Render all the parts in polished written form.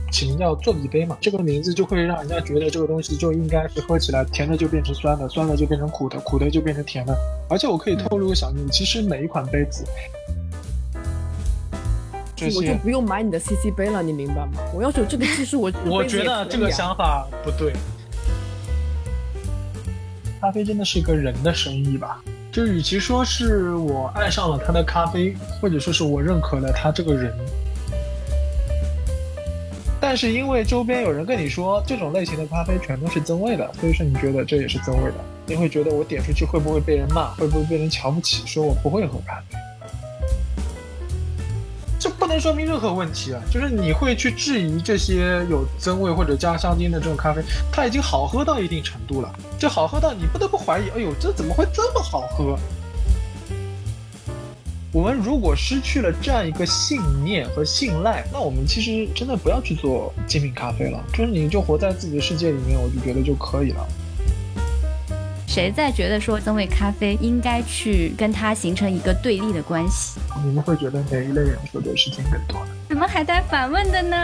起名叫做笔杯嘛，这个名字就会让人家觉得这个东西就应该是喝起来甜的就变成酸的，酸的就变成苦的，苦的就变成甜的。而且我可以透露个小秘密，其实每一款杯子我就不用买你的 CC 杯了，你明白吗？我要是有这个技术， 我觉得这个想法不对。咖啡真的是一个人的生意吧，就与其说是我爱上了他的咖啡，或者说是我认可了他这个人，但是因为周边有人跟你说这种类型的咖啡全都是增味的，所以说你觉得这也是增味的，你会觉得我点出去会不会被人骂，会不会被人瞧不起，说我不会喝咖啡。这不能说明任何问题啊，就是你会去质疑这些有增味或者加香精的这种咖啡，它已经好喝到一定程度了，就好喝到你不得不怀疑，哎呦，这怎么会这么好喝？我们如果失去了这样一个信念和信赖，那我们其实真的不要去做精品咖啡了，就是你就活在自己的世界里面，我就觉得就可以了。 谁在觉得说增味咖啡应该去跟它形成一个对立的关系？ 你们会觉得哪一类人说的事情更多呢？ 怎么还带反问的呢？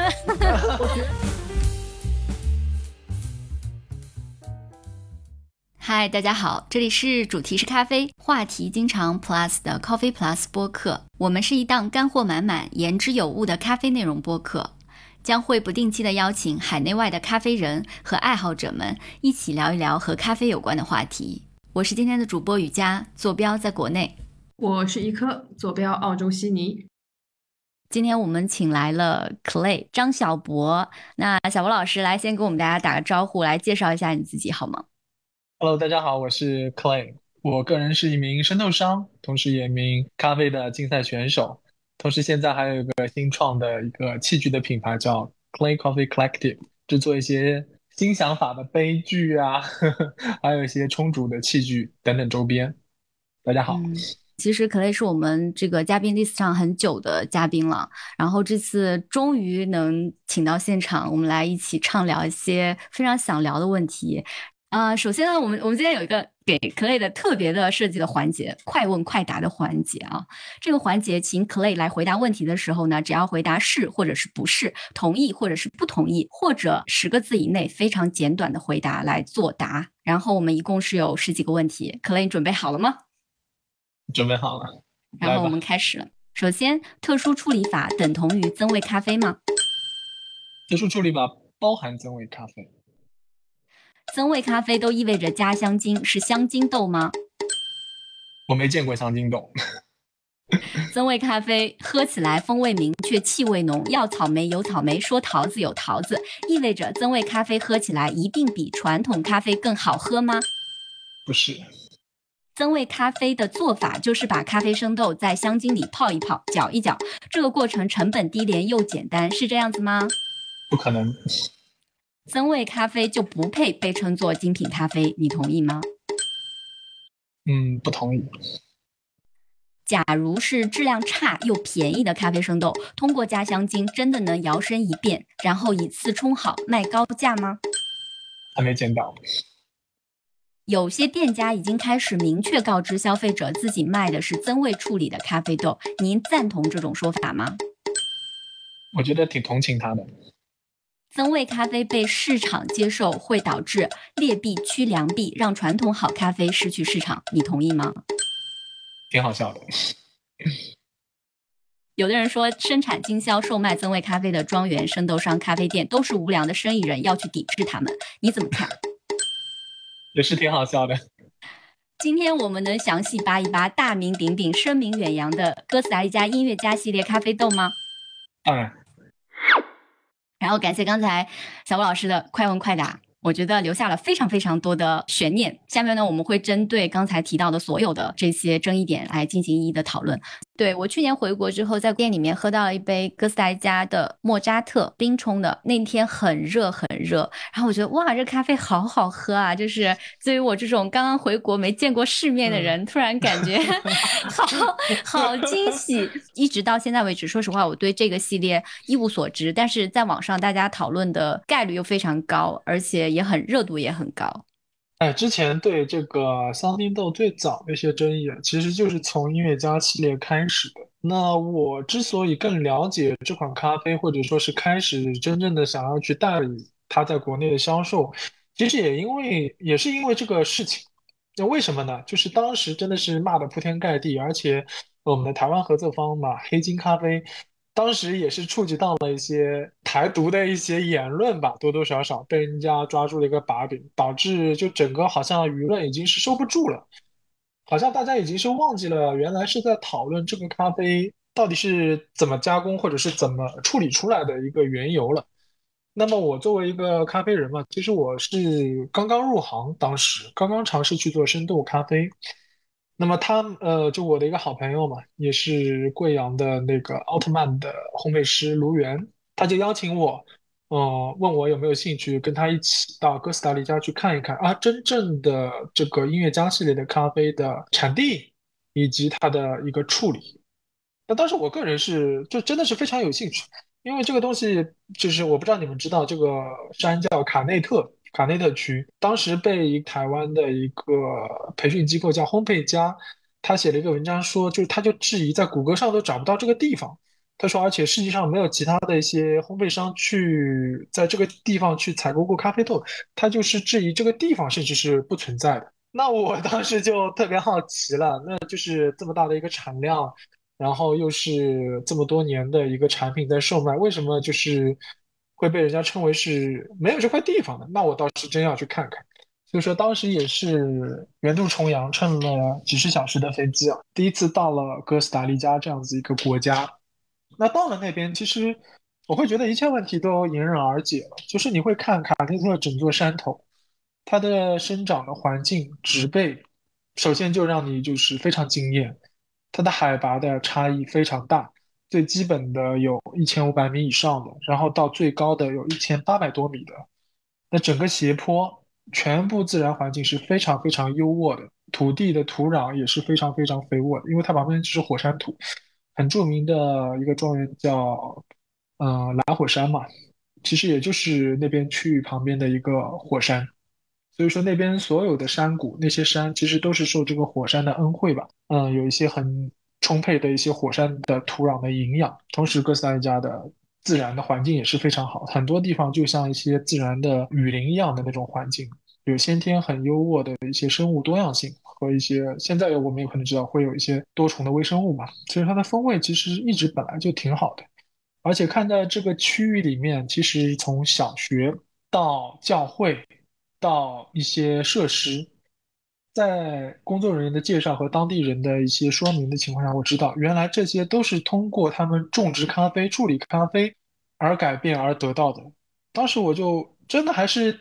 嗨，大家好，这里是主题是咖啡，话题经常 Plus 的 Coffee Plus 播客。我们是一档干货满满、言之有物的咖啡内容播客，将会不定期的邀请海内外的咖啡人和爱好者们一起聊一聊和咖啡有关的话题。我是今天的主播雨佳，坐标在国内。 我是一颗，坐标澳洲悉尼。 今天我们请来了 Clay 张小博，那小博老师来先给我们大家打个招呼，来介绍一下你自己好吗？ Hello， 大家好，我是 Clay， 我个人是一名生豆商，同时也一名咖啡的竞赛选手，同时现在还有一个新创的一个器具的品牌叫 Clay Coffee Collective， 制作一些新想法的杯具啊，还有一些冲煮的器具等等周边。大家好。 其实Clay是我们这个嘉宾 list 上很久的嘉宾了，然后这次终于能请到现场，我们来一起畅聊一些非常想聊的问题。首先呢，我们今天有一个给 Clay 的特别的设计的环节，快问快答的环节啊。这个环节请 Clay 来回答问题的时候呢，只要回答是或者是不是，同意或者是不同意，或者10个字以内非常简短的回答来作答。然后我们一共是有10几个问题 ，Clay 你准备好了吗？ 准备好了， 然后我们开始了。首先，特殊处理法等同于增味咖啡吗？ 特殊处理法包含增味咖啡。 增味咖啡都意味着加香精，是香精豆吗？ 我没见过香精豆。 增味咖啡喝起来风味明确，气味浓，要草莓有草莓，说桃子有桃子，意味着增味咖啡喝起来一定比传统咖啡更好喝吗？ 不是。 增味咖啡的做法就是把咖啡生豆在香精里泡一泡，搅一搅，这个过程成本低廉又简单，是这样子吗？ 不可能。 增味咖啡就不配被称作精品咖啡，你同意吗？ 不同意。 假如是质量差又便宜的咖啡生豆，通过加香精真的能摇身一变，然后以次充好卖高价吗？ 还没见到。 有些店家已经开始明确告知消费者自己卖的是增味处理的咖啡豆，您赞同这种说法吗？ 我觉得挺同情他的。 增味咖啡被市场接受会导致劣币驱良币，让传统好咖啡失去市场，你同意吗？ 挺好笑的。 有的人说，生产经销售卖增味咖啡的庄园、生豆商、咖啡店都是无良的生意人，要去抵制他们，你怎么看？ 也是挺好笑的。 今天我们能详细扒一扒大名鼎鼎、声名远扬的哥斯达黎加音乐家系列咖啡豆吗？ 当然。 然后感谢刚才小吴老师的快问快答，我觉得留下了非常非常多的悬念。下面呢，我们会针对刚才提到的所有的这些争议点来进行一一的讨论。对，我去年回国之后，在店里面喝到了一杯哥斯达黎加的莫扎特冰冲的，那天很热很热，然后我觉得哇，这咖啡好好喝啊！就是对于我这种刚刚回国没见过世面的人，突然感觉好惊喜。一直到现在为止，说实话，我对这个系列一无所知，但是在网上大家讨论的概率又非常高，而且也很热度也很高。 之前对这个香精豆最早的一些争议，其实就是从音乐家系列开始的。 那我之所以更了解这款咖啡，或者说是开始真正的想要去代理它在国内的销售，其实也是因为这个事情。那为什么呢？就是当时真的是骂得铺天盖地，而且我们的台湾合作方嘛，黑金咖啡，当时也是触及到了一些台独的一些言论吧，多多少少被人家抓住了一个把柄，导致就整个好像舆论已经是收不住了。好像大家已经是忘记了，原来是在讨论这个咖啡到底是怎么加工或者是怎么处理出来的一个缘由了。那么我作为一个咖啡人嘛，其实我是刚刚入行，当时刚刚尝试去做深度咖啡。那么就我的一个好朋友嘛，也是贵阳的那个奥特曼的烘焙师卢源，他就邀请我，问我有没有兴趣跟他一起到哥斯达黎加去看一看啊，真正的这个音乐家系列的咖啡的产地以及它的一个处理。那当时我个人就真的是非常有兴趣，因为这个东西就是我不知道你们知道这个山叫卡内特区，当时被台湾的一个培训机构叫烘焙家，他写了一个文章说，就是他就质疑在谷歌上都找不到这个地方。他说，而且世界上没有其他的一些烘焙商去在这个地方去采购过咖啡豆，他就是质疑这个地方甚至是不存在的。那我当时就特别好奇了，那就是这么大的一个产量。然后又是这么多年的一个产品在售卖，为什么就是会被人家称为是没有这块地方的？那我倒是真要去看看。所以说当时也是远渡重洋，乘了几十小时的飞机啊，第一次到了哥斯达黎加这样子一个国家。那到了那边，其实我会觉得一切问题都迎刃而解了，就是你会看卡内特整座山头，它的生长的环境植被，首先就让你就是非常惊艳。它的海拔的差异非常大，最基本的有1500米以上的，然后到最高的有1800多米的。那整个斜坡全部自然环境是非常非常优渥的，土地的土壤也是非常非常肥沃的，因为它旁边就是火山土。很著名的一个庄园叫蓝火山嘛，其实也就是那边区域旁边的一个火山。所以说那边所有的山谷，那些山其实都是受这个火山的恩惠吧，有一些很充沛的一些火山的土壤的营养。同时，哥斯达黎加的自然的环境也是非常好，很多地方就像一些自然的雨林一样的那种环境，有先天很优渥的一些生物多样性和一些现在我们有可能知道会有一些多重的微生物嘛，所以它的风味其实一直本来就挺好的。而且看在这个区域里面，其实从小学到教会，到一些设施，在工作人员的介绍和当地人的一些说明的情况下，我知道原来这些都是通过他们种植咖啡、处理咖啡而改变而得到的。当时我就真的还是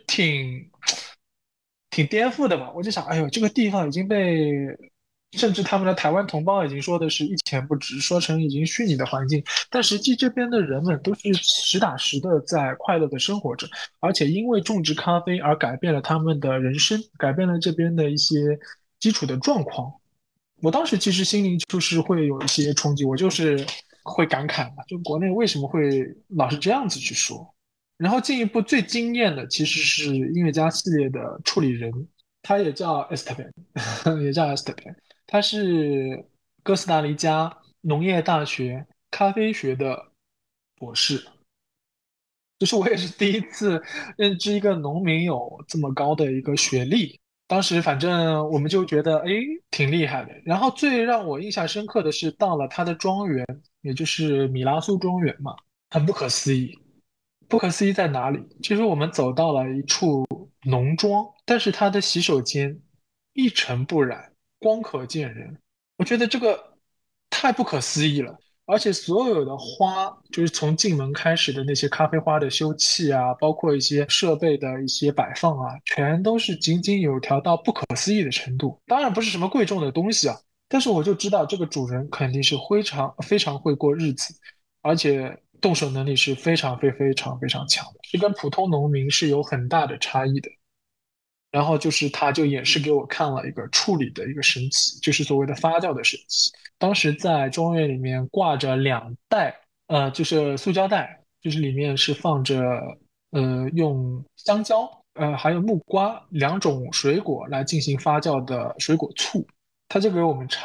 挺颠覆的吧，我就想，哎呦，这个地方已经被，甚至他们的台湾同胞已经说的是一钱不值，说成已经虚拟的环境，但实际这边的人们都是实打实的在快乐的生活着，而且因为种植咖啡而改变了他们的人生，改变了这边的一些基础的状况。我当时其实心里就是会有一些冲击，我就是会感慨嘛，就国内为什么会老是这样子去说？然后进一步最惊艳的其实是音乐家系列的处理人，他也叫 Esteban，也叫 Esteban，他是哥斯达黎加农业大学咖啡学的博士。就是我也是第一次认知一个农民有这么高的一个学历。当时反正我们就觉得，哎，挺厉害的。然后最让我印象深刻的是，到了他的庄园，也就是米拉苏庄园嘛，很不可思议。不可思议在哪里？其实我们走到了一处农庄，但是它的洗手间一尘不染，光可见人。我觉得这个太不可思议了。而且所有的花，就是从进门开始的那些咖啡花的修葺啊，包括一些设备的一些摆放啊，全都是井井有条到不可思议的程度。当然不是什么贵重的东西啊，但是我就知道这个主人肯定是非常非常会过日子，而且动手能力是非常强的，是跟普通农民是有很大的差异的。然后就是他就演示给我看了一个处理的一个神奇，就是所谓的发酵的神奇。当时在庄园里面挂着2袋，就是塑胶袋，就是里面是放着用香蕉还有木瓜2种水果来进行发酵的水果醋，他就给我们尝。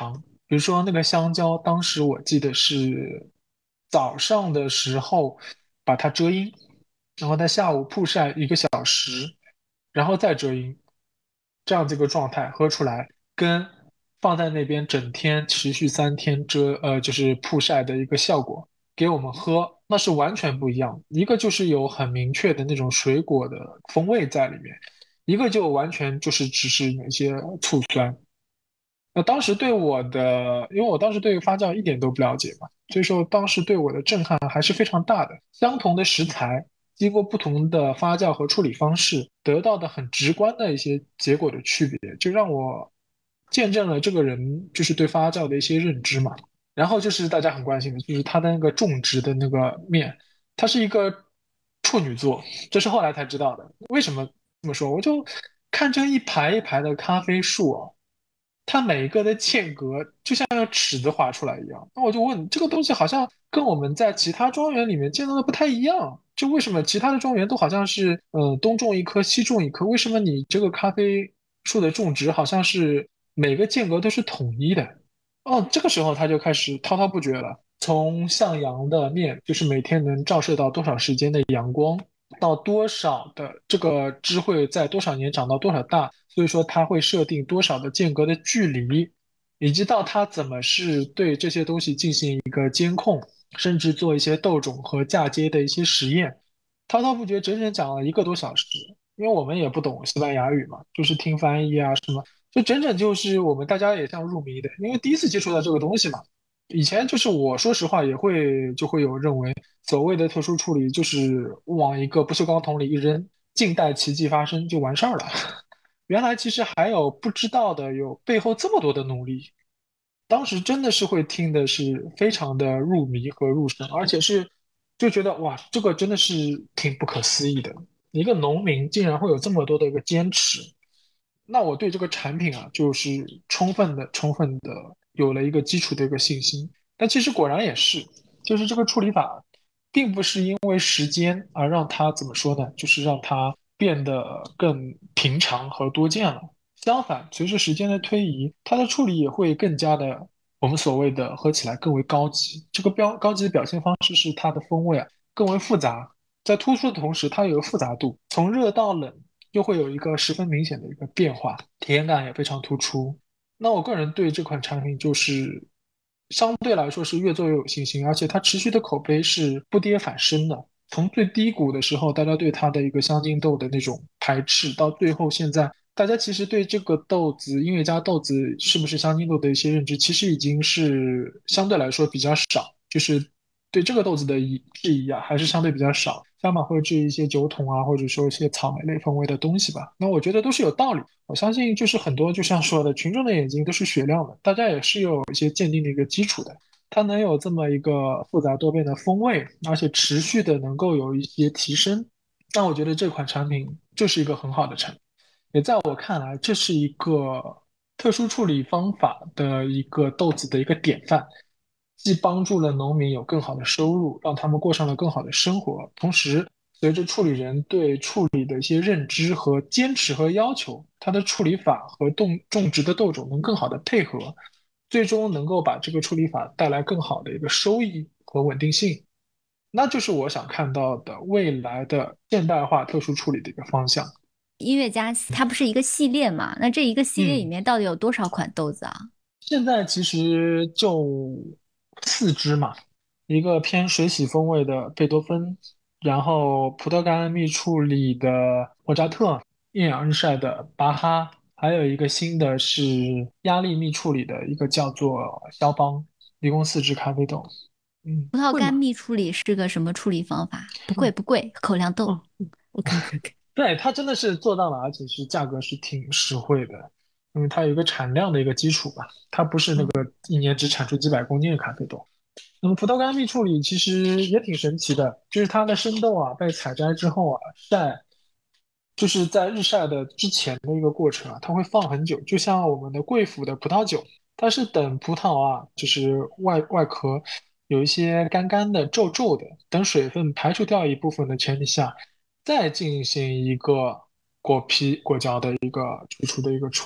比如说那个香蕉，当时我记得是早上的时候把它遮阴，然后在下午曝晒1个小时，然后再遮阴，这样这个状态喝出来，跟放在那边整天持续3天就是曝晒的一个效果，给我们喝，那是完全不一样。一个就是有很明确的那种水果的风味在里面，一个就完全就是只是有一些醋酸。那当时对我的，因为我当时对发酵一点都不了解嘛，所以说当时对我的震撼还是非常大的。相同的食材，经过不同的发酵和处理方式，得到的很直观的一些结果的区别，就让我见证了这个人就是对发酵的一些认知嘛。然后就是大家很关心的，就是他的那个种植的那个面，它是一个处女座，这是后来才知道的。为什么这么说？我就看这一排一排的咖啡树啊，它每一个的间隔就像用尺子划出来一样。那我就问，这个东西好像跟我们在其他庄园里面见到的不太一样，就为什么其他的庄园都好像是东种一棵西种一棵，为什么你这个咖啡树的种植好像是每个间隔都是统一的？哦，这个时候他就开始滔滔不绝了，从向阳的面，就是每天能照射到多少时间的阳光，到多少的这个枝会在多少年长到多少大，所以说它会设定多少的间隔的距离，以及到它怎么是对这些东西进行一个监控，甚至做一些豆种和嫁接的一些实验，滔滔不绝，整整讲了1个多小时。因为我们也不懂西班牙语嘛，就是听翻译啊什么，就整整就是我们大家也像入迷的，因为第一次接触到这个东西嘛。以前就是我说实话就会有认为所谓的特殊处理就是往一个不锈钢桶里一扔，静待奇迹发生就完事儿了。原来其实还有不知道的，有背后这么多的努力。当时真的是会听的是非常的入迷和入神，而且是就觉得哇，这个真的是挺不可思议的。一个农民竟然会有这么多的一个坚持，那我对这个产品啊，就是充分的有了一个基础的一个信心。但其实果然也是，就是这个处理法，并不是因为时间而让它怎么说呢，就是让它变得更平常和多见了。相反，随着时间的推移，它的处理也会更加的我们所谓的喝起来更为高级。这个高级的表现方式是它的风味啊更为复杂，在突出的同时，它有个复杂度，从热到冷又会有一个十分明显的一个变化，体验感也非常突出。那我个人对这款产品就是相对来说是越做越有信心，而且它持续的口碑是不跌反升的。从最低谷的时候，大家对它的一个香精豆的那种排斥，到最后现在，大家其实对这个豆子，音乐家豆子是不是香精豆的一些认知，其实已经是相对来说比较少，就是对这个豆子的质疑啊，还是相对比较少。相反会质疑一些酒桶啊，或者说一些草莓类风味的东西吧。那我觉得都是有道理。我相信就是很多就像说的，群众的眼睛都是雪亮的，大家也是有一些鉴定的一个基础的。它能有这么一个复杂多变的风味，而且持续的能够有一些提升，那我觉得这款产品就是一个很好的产品。也在我看来，这是一个特殊处理方法的一个豆子的一个典范，既帮助了农民有更好的收入，让他们过上了更好的生活，同时随着处理人对处理的一些认知和坚持和要求，它的处理法和种植的豆种能更好的配合，最终能够把这个处理法带来更好的一个收益和稳定性。那就是我想看到的未来的现代化特殊处理的一个方向。 音乐家它不是一个系列嘛？那这一个系列里嗯， 面到底有多少款豆子啊？ 现在其实就4支嘛，一个偏水洗风味的贝多芬，然后葡萄干蜜处理的莫扎特，艳阳日晒的巴哈，还有一个新的是压力蜜处理的一个叫做肖邦，一共4支咖啡豆。嗯， 葡萄贵吗？ 干蜜处理是个什么处理方法？不贵嗯， 不贵，口粮豆。 哦，OK OK OK， 对，它真的是做到了，而且是价格是挺实惠的，因为它有一个产量的一个基础吧，它不是那个哦， 一年只产出几百公斤的咖啡豆。那么葡萄干蜜处理其实也挺神奇的，就是它的生豆啊被采摘之后啊晒，就是在日晒的之前的一个过程啊，它会放很久，就像我们的贵腐的葡萄酒，它是等葡萄啊，就是外壳有一些干干的、皱皱的，等水分排除掉一部分的前提下，再进行一个果皮、果胶的一个去除的一个处理。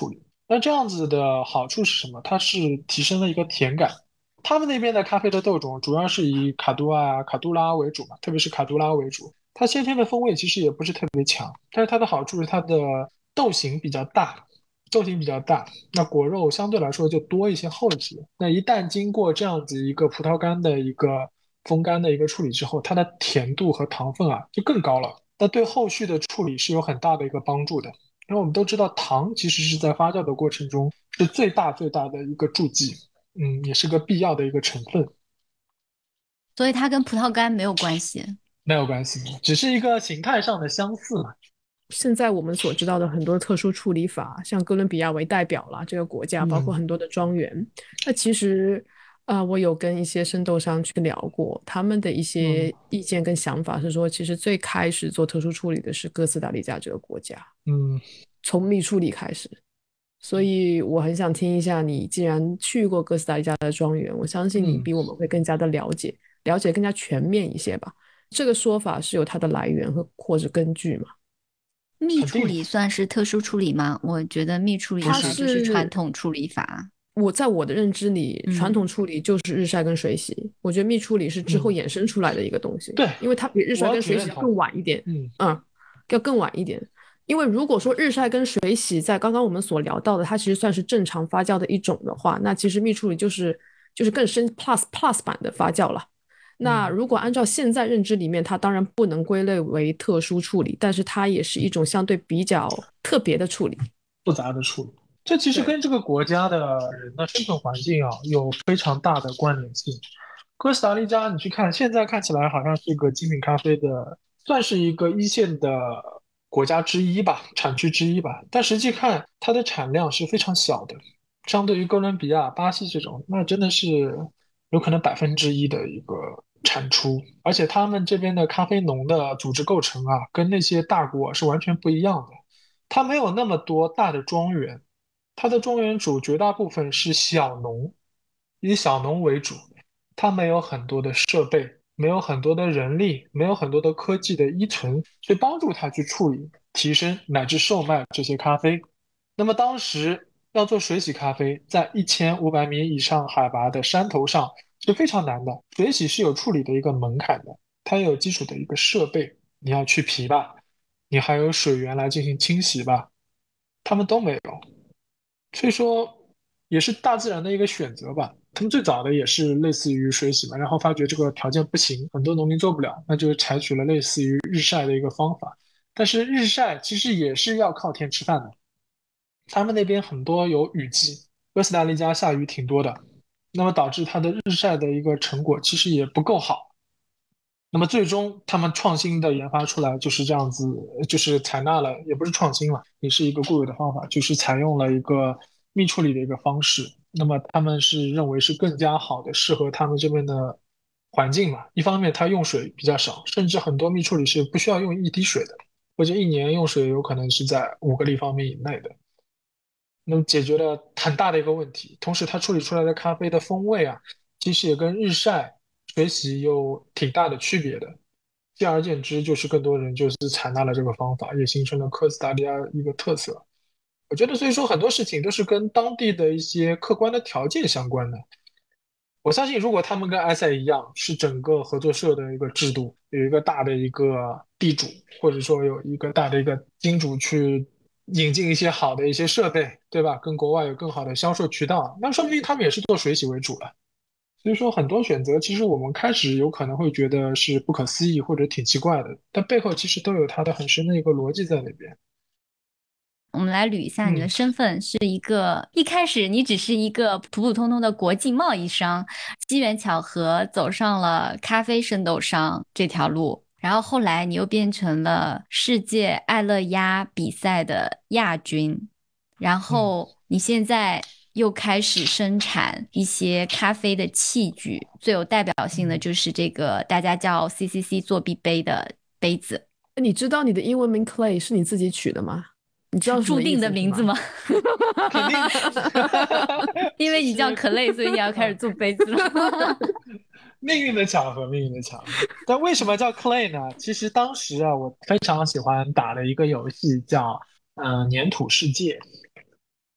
那这样子的好处是什么？它是提升了一个甜感。他们那边的咖啡的豆种主要是以卡杜啊、卡杜拉为主嘛，特别是卡杜拉为主。它先天的风味其实也不是特别强，但是它的好处是它的豆型比较大，豆型比较大，那果肉相对来说就多一些厚质。那一旦经过这样子一个葡萄干的一个风干的一个处理之后，它的甜度和糖分啊就更高了。那对后续的处理是有很大的一个帮助的。因为我们都知道糖其实是在发酵的过程中是最大最大的一个助剂，也是个必要的一个成分。 所以它跟葡萄干没有关系。 没有关系，只是一个形态上的相似嘛。 现在我们所知道的很多特殊处理法，像哥伦比亚为代表啦，这个国家包括嗯很多的庄园。那其实我有跟一些生豆商去聊过，他们的一嗯些意见跟想法是说，其实最开始做特殊处理的是哥斯达黎加这个国家， 嗯， 从密处理开始。所以我很想听一下，你既然去过哥斯达黎加的庄园，我相信你嗯， 比我们会更加的了解，了解更加全面一些吧。这个说法是有它的来源和或者根据吗？ 蜜肯定处理算是特殊处理吗？我觉得蜜处理它应该就是传是统处理法。 在我的认知里，传嗯， 统处理就是日晒跟水洗。我觉得蜜处理是之后嗯， 衍生出来的一个东西， 对， 因为它比日晒我跟水洗要挺认同。 更晚一点， 嗯嗯，要更晚一点。因为如果说日晒跟水洗在刚刚我们所聊到的，它其实算是正常发酵的一种的话，那其实蜜处理就是更深 plus 版的发酵了。那嗯， 如果按照现在认知里面，它当然不能归类为特殊处理，但是它也是一种相对比较特别的处理。 复杂的处理，这其实对， 跟这个国家的人的生存环境啊有非常大的关联性。哥斯达黎加，你去看，现在看起来好像是一个精品咖啡的，算是一个一线的国家之一吧，产区之一吧。但实际看，它的产量是非常小的，相对于哥伦比亚、巴西这种，那真的是有可能1%的一个产出。而且他们这边的咖啡农的组织构成啊，跟那些大国是完全不一样的。它没有那么多大的庄园，它的庄园主绝大部分是小农，以小农为主。它没有很多的设备，没有很多的人力，没有很多的科技的依存，去帮助它去处理、提升乃至售卖这些咖啡。那么当时要做水洗咖啡，在1500米以上海拔的山头上是非常难的。水洗是有处理的一个门槛的，它有基础的一个设备，你要去皮吧，你还有水源来进行清洗吧，他们都没有。所以说，也是大自然的一个选择吧。他们最早的也是类似于水洗嘛，然后发觉这个条件不行，很多农民做不了，那就采取了类似于日晒的一个方法。但是日晒其实也是要靠天吃饭的，他们那边很多有雨季，哥斯达黎加下雨挺多的，那么导致它的日晒的一个成果其实也不够好。那么最终他们创新的研发出来就是这样子，就是采纳了，也不是创新了，也是一个固有的方法，就是采用了一个密处理的一个方式。那么他们是认为是更加好的适合他们这边的环境嘛。一方面它用水比较少，甚至很多密处理是不需要用一滴水的，或者一年用水有可能是在5个立方米以内的。那么解决了很大的一个问题。同时，它处理出来的咖啡的风味啊，其实也跟日晒、水洗有挺大的区别的。进而见之，就是更多人就是采纳了这个方法，也形成了哥斯达黎加一个特色。我觉得，所以说很多事情都是跟当地的一些客观的条件相关的。我相信，如果他们跟埃塞一样，是整个合作社的一个制度，有一个大的一个地主，或者说有一个大的一个金主去引进一些好的一些设备，对吧？跟国外有更好的销售渠道，那说不定他们也是做水洗为主了。所以说，很多选择其实我们开始有可能会觉得是不可思议或者挺奇怪的，但背后其实都有它的很深的一个逻辑在那边。 我们来捋一下，你的嗯身份是一个，一开始你只是一个普普通通的国际贸易商，机缘巧合走上了咖啡生豆商这条路，然后后来你又变成了世界爱乐压比赛的亚军，然嗯后你现在又开始生产一些咖啡的器具，最有代表性的嗯， 就是这个大家叫 CCC 作弊杯的杯子， 你知道你的英文名 Clay 是你自己取的吗？你知是道什么意注定的思是吗？ 名字吗？ 肯定。 因为你叫其实， 可累，所以你要开始做杯子了。 命运的巧合，命运的巧合。但为什么叫 Clay 呢？其实当时啊，我非常喜欢打的一个游戏叫粘土世界。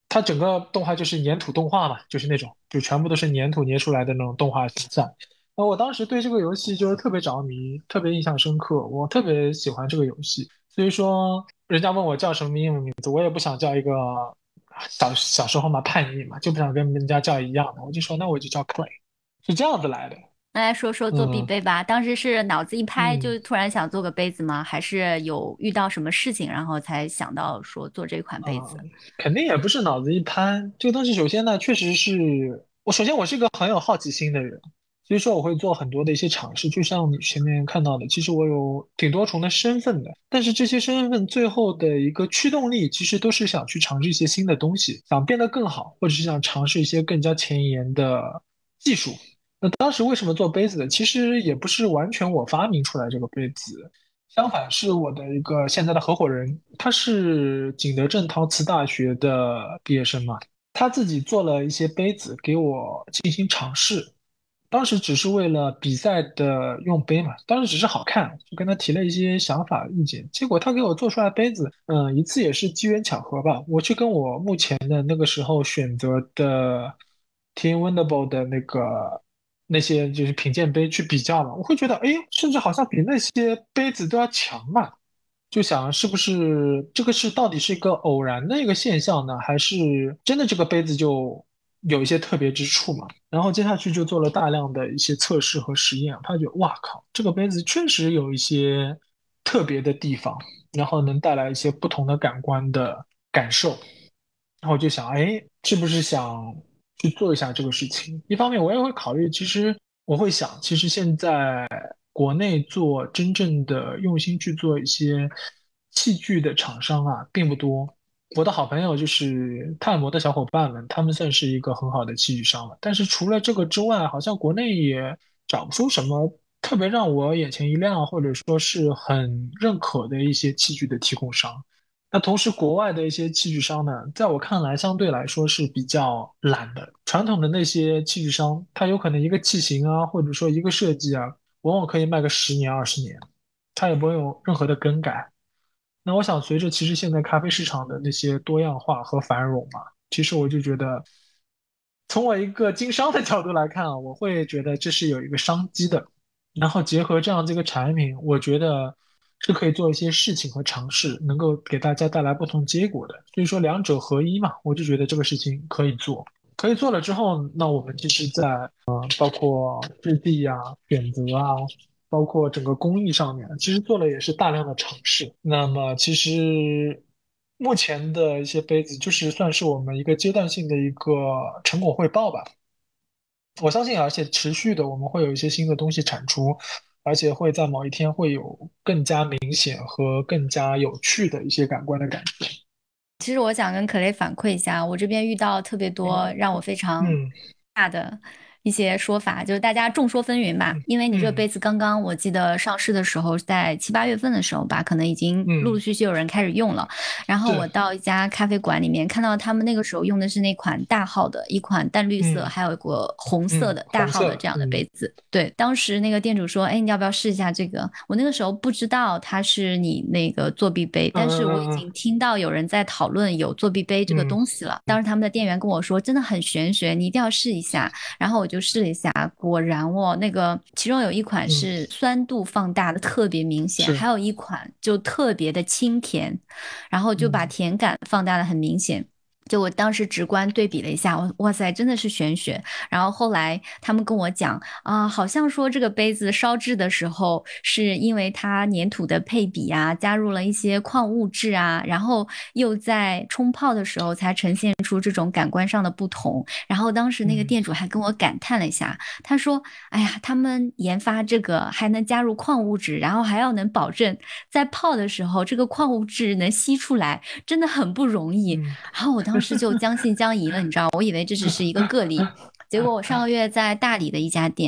它整个动画就是粘土动画嘛，就是那种就全部都是粘土捏出来的那种动画形象。我当时对这个游戏就是特别着迷，特别印象深刻，我特别喜欢这个游戏。所以说，人家问我叫什么英文名字，我也不想叫一个小时候嘛叛逆嘛，就不想跟人家叫一样的，我就说那我就叫 Clay，是这样子来的。 那来说说做必嗯杯吧。当时是脑子一拍嗯。 就突然想做个杯子吗？还是有遇到什么事情，然后才想到说做这款杯子？ 肯定也不是脑子一拍，这个东西首先呢，确实是首先我是一个很有好奇心的人，所以说我会做很多的一些尝试。就像你前面看到的，其实我有挺多重的身份的，但是这些身份最后的一个驱动力，其实都是想去尝试一些新的东西，想变得更好，或者是想尝试一些更加前沿的技术。那当时为什么做杯子的？其实也不是完全我发明出来这个杯子，相反是我的一个现在的合伙人，他是景德镇陶瓷大学的毕业生嘛，他自己做了一些杯子给我进行尝试。当时只是为了比赛的用杯嘛，当时只是好看，就跟他提了一些想法意见。结果他给我做出来的杯子，一次也是机缘巧合吧，我去跟我目前的那个时候选择的 Team Winnable 的那些就是品鉴杯去比较了，我会觉得，哎，甚至好像比那些杯子都要强嘛。就想是不是这个到底是一个偶然的一个现象呢，还是真的这个杯子就有一些特别之处嘛？然后接下去就做了大量的一些测试和实验，发觉哇靠，这个杯子确实有一些特别的地方，然后能带来一些不同的感官的感受。然后我就想，哎，是不是想去做一下这个事情？一方面我也会考虑，其实我会想，其实现在国内做真正的用心去做一些器具的厂商啊，并不多。我的好朋友就是泰摩的小伙伴们，他们算是一个很好的器具商了。但是除了这个之外，好像国内也找不出什么特别让我眼前一亮，或者说是很认可的一些器具的提供商。那同时，国外的一些器具商呢，在我看来，相对来说是比较懒的。传统的那些器具商，它有可能一个器型啊，或者说一个设计啊，往往可以卖个10年、20年，它也不会有任何的更改。那我想，随着其实现在咖啡市场的那些多样化和繁荣嘛，其实我就觉得，从我一个经商的角度来看啊，我会觉得这是有一个商机的。然后结合这样这个产品，我觉得是可以做一些事情和尝试，能够给大家带来不同结果的。所以说两者合一嘛，我就觉得这个事情可以做。可以做了之后，那我们其实在包括质地啊、选择啊，包括整个工艺上面，其实做了也是大量的尝试。那么其实目前的一些杯子，就是算是我们一个阶段性的一个成果汇报吧。我相信，而且持续的，我们会有一些新的东西产出，而且会在某一天会有更加明显和更加有趣的一些感官的感觉。 其实我想跟可雷反馈一下，我这边遇到特别多让我非常嗯大的一些说法，就是大家众说纷纭吧。因为你这个嗯杯子刚刚我记得上市的时候，在7、8月份的时候吧，可能已经陆陆嗯， 续续有人开始用了。然后我是， 到一家咖啡馆里面，看到他们那个时候用的是那款大号的一款淡绿色， 嗯还有一个红色的大红色， 号的这样的杯子。对，当时那个店主说：“哎，你要不要试一下这个？”我那个时候不知道它是你那个作弊杯， 嗯但是我已嗯经听到有人在讨论有作弊杯这个嗯东西了。当时他们的店员跟我说：“真的很玄学，你一定要试一下。”然后我就试了一下，果然哦，那个其中有一款嗯， 是酸度放大的特别明显，还是， 有一款就特别的清甜，然后就把嗯甜感放大的很明显。就我当时直观对比了一下，哇塞，真的是玄学。然后后来他们跟我讲啊，好像说这个杯子烧制的时候，是因为它粘土的配比啊，加入了一些矿物质啊，然后又在冲泡的时候才呈现出这种感官上的不同。然后当时那个嗯店主还跟我感叹了一下，他说：“哎呀，他们研发这个还能加入矿物质，然后还要能保证在泡的时候这个矿物质能吸出来，真的很不容易。” 嗯然后我当时就将信将疑了，你知道，我以为这只是一个个例，结果我上个月在大理的一家店。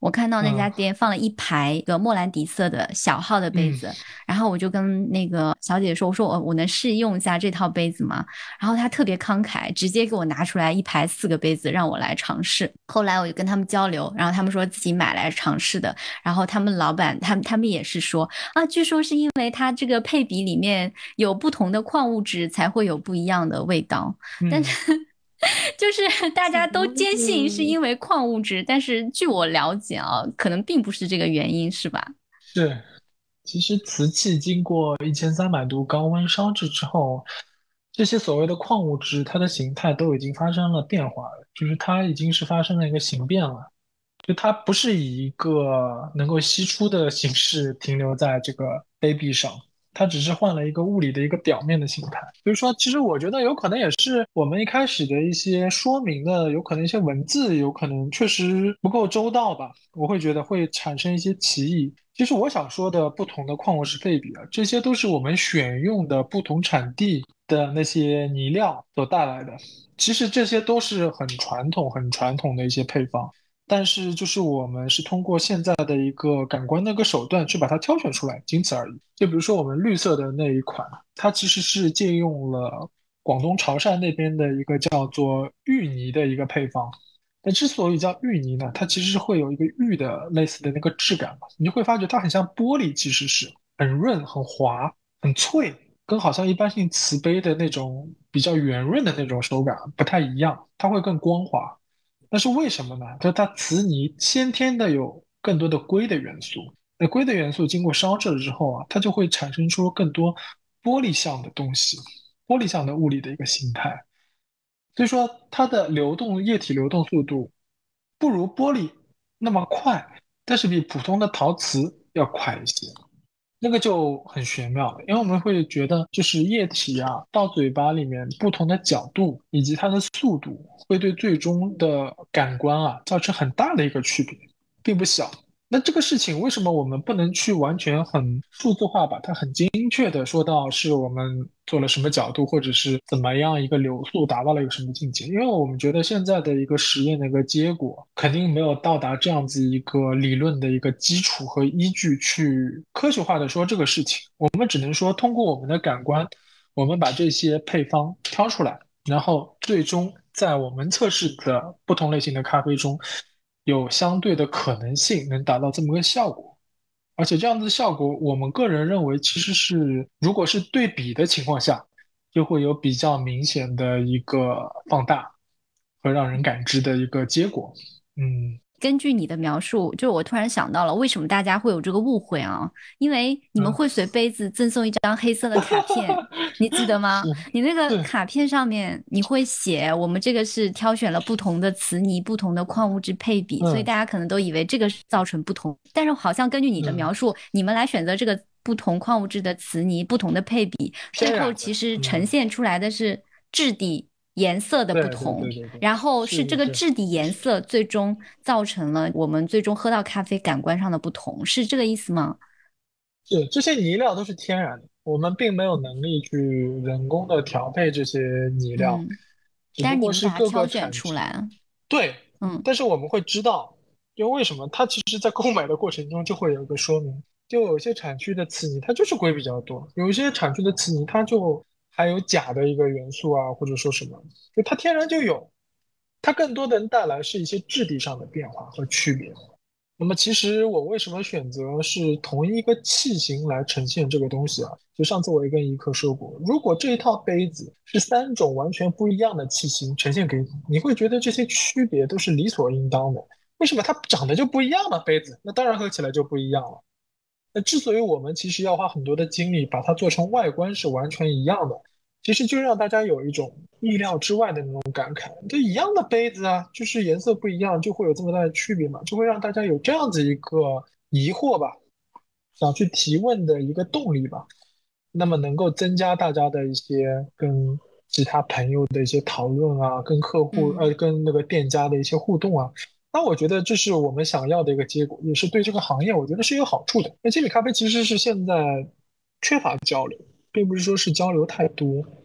我看到那家嗯店放了一排个莫兰迪色的小号的杯子，然后我就跟那个小姐姐说，我说我能试用一下这套杯子吗？然后她特别慷慨，直接给我拿出来一排4个杯子让我来尝试。后来我就跟他们交流，然后他们说自己买来尝试的，然后他们老板他们也是说啊，据说是因为它这个配比里面有不同的矿物质才会有不一样的味道，但是就是大家都坚信是因为矿物质，但是据我了解啊，可能并不是这个原因，是吧？ 是，其实瓷器经过1300度高温烧制之后，这些所谓的矿物质，它的形态都已经发生了变化了，就是它已经是发生了一个形变了。就它不是以一个能够析出的形式停留在这个杯壁上，它只是换了一个物理的一个表面的形态。所以说，其实我觉得有可能也是我们一开始的一些说明的，有可能一些文字有可能确实不够周到吧，我会觉得会产生一些歧义。其实我想说的不同的矿物质配比啊，这些都是我们选用的不同产地的那些泥料所带来的。其实这些都是很传统、很传统的一些配方。但是就是我们是通过现在的一个感官的一个手段去把它挑选出来，仅此而已。就比如说我们绿色的那一款，它其实是借用了广东潮汕那边的一个叫做芋泥的一个配方。那之所以叫芋泥呢，它其实是会有一个玉的类似的那个质感嘛，你就会发觉它很像玻璃，其实是很润、很滑、很脆，跟好像一般性瓷杯的那种比较圆润的那种手感不太一样，它会更光滑。那是为什么呢？就是它瓷泥先天的有更多的硅的元素，那硅的元素经过烧制了之后啊，它就会产生出更多玻璃像的东西，玻璃像的物理的一个形态。所以说它的流动液体流动速度不如玻璃那么快，但是比普通的陶瓷要快一些。那个就很玄妙了，因为我们会觉得，就是液体啊，到嘴巴里面不同的角度以及它的速度，会对最终的感官啊造成很大的一个区别，并不小。那这个事情为什么我们不能去完全很数字化，把它很精确的说到是我们做了什么角度，或者是怎么样一个流速达到了一个什么境界？因为我们觉得现在的一个实验的一个结果，肯定没有到达这样子一个理论的一个基础和依据去科学化的说这个事情。我们只能说通过我们的感官，我们把这些配方挑出来，然后最终在我们测试的不同类型的咖啡中，有相对的可能性能达到这么个效果。而且这样子的效果，我们个人认为其实是，如果是对比的情况下，就会有比较明显的一个放大和让人感知的一个结果。嗯， 根据你的描述，就我突然想到了，为什么大家会有这个误会啊？因为你们啊， 会随杯子赠送一张黑色的卡片，你记得吗？ 是你那个是， 卡片上面你会写，我们这个是挑选了不同的瓷泥、不同的矿物质配比，所以嗯大家可能都以为这个是造成不同。但是好像根据你的嗯， 描述，你们来选择这个不同矿物质的瓷泥、不同的配比，最后天然的， 其实呈嗯， 现出来的是质地、颜色的不对对同。 对对对， 然后是这个是是是。 质地颜色最终造成了我们最终喝到咖啡感官上的不同，是这个意思吗？ 是，这些泥料都是天然的，我们并没有能力去人工的调配这些泥料， 嗯， 只不但是你们把它过是各个挑选产区。 出来了， 对， 嗯但是我们会知道，因为为什么？它其实在购买的过程中就会有一个说明，就有些产区的瓷泥它就是硅比较多，有一些产区的瓷泥它就还有钾的一个元素啊，或者说什么，就它天然就有，它更多的能带来是一些质地上的变化和区别。那么其实我为什么选择是同一个器型来呈现这个东西啊？就上次我也跟一克说过，如果这一套杯子是3种完全不一样的器型呈现给你，你会觉得这些区别都是理所应当的。为什么它长得就不一样呢？杯子，那当然喝起来就不一样了。那之所以我们其实要花很多的精力把它做成外观是完全一样的，其实就让大家有一种意料之外的那种感慨。这一样的杯子啊，就是颜色不一样，就会有这么大的区别嘛，就会让大家有这样子一个疑惑吧，想去提问的一个动力吧。那么能够增加大家的一些跟其他朋友的一些讨论啊，跟客户嗯。 跟那个店家的一些互动啊，那我觉得这是我们想要的一个结果，也是对这个行业我觉得是有好处的。那精品咖啡其实是现在缺乏交流，并不是说是交流太多。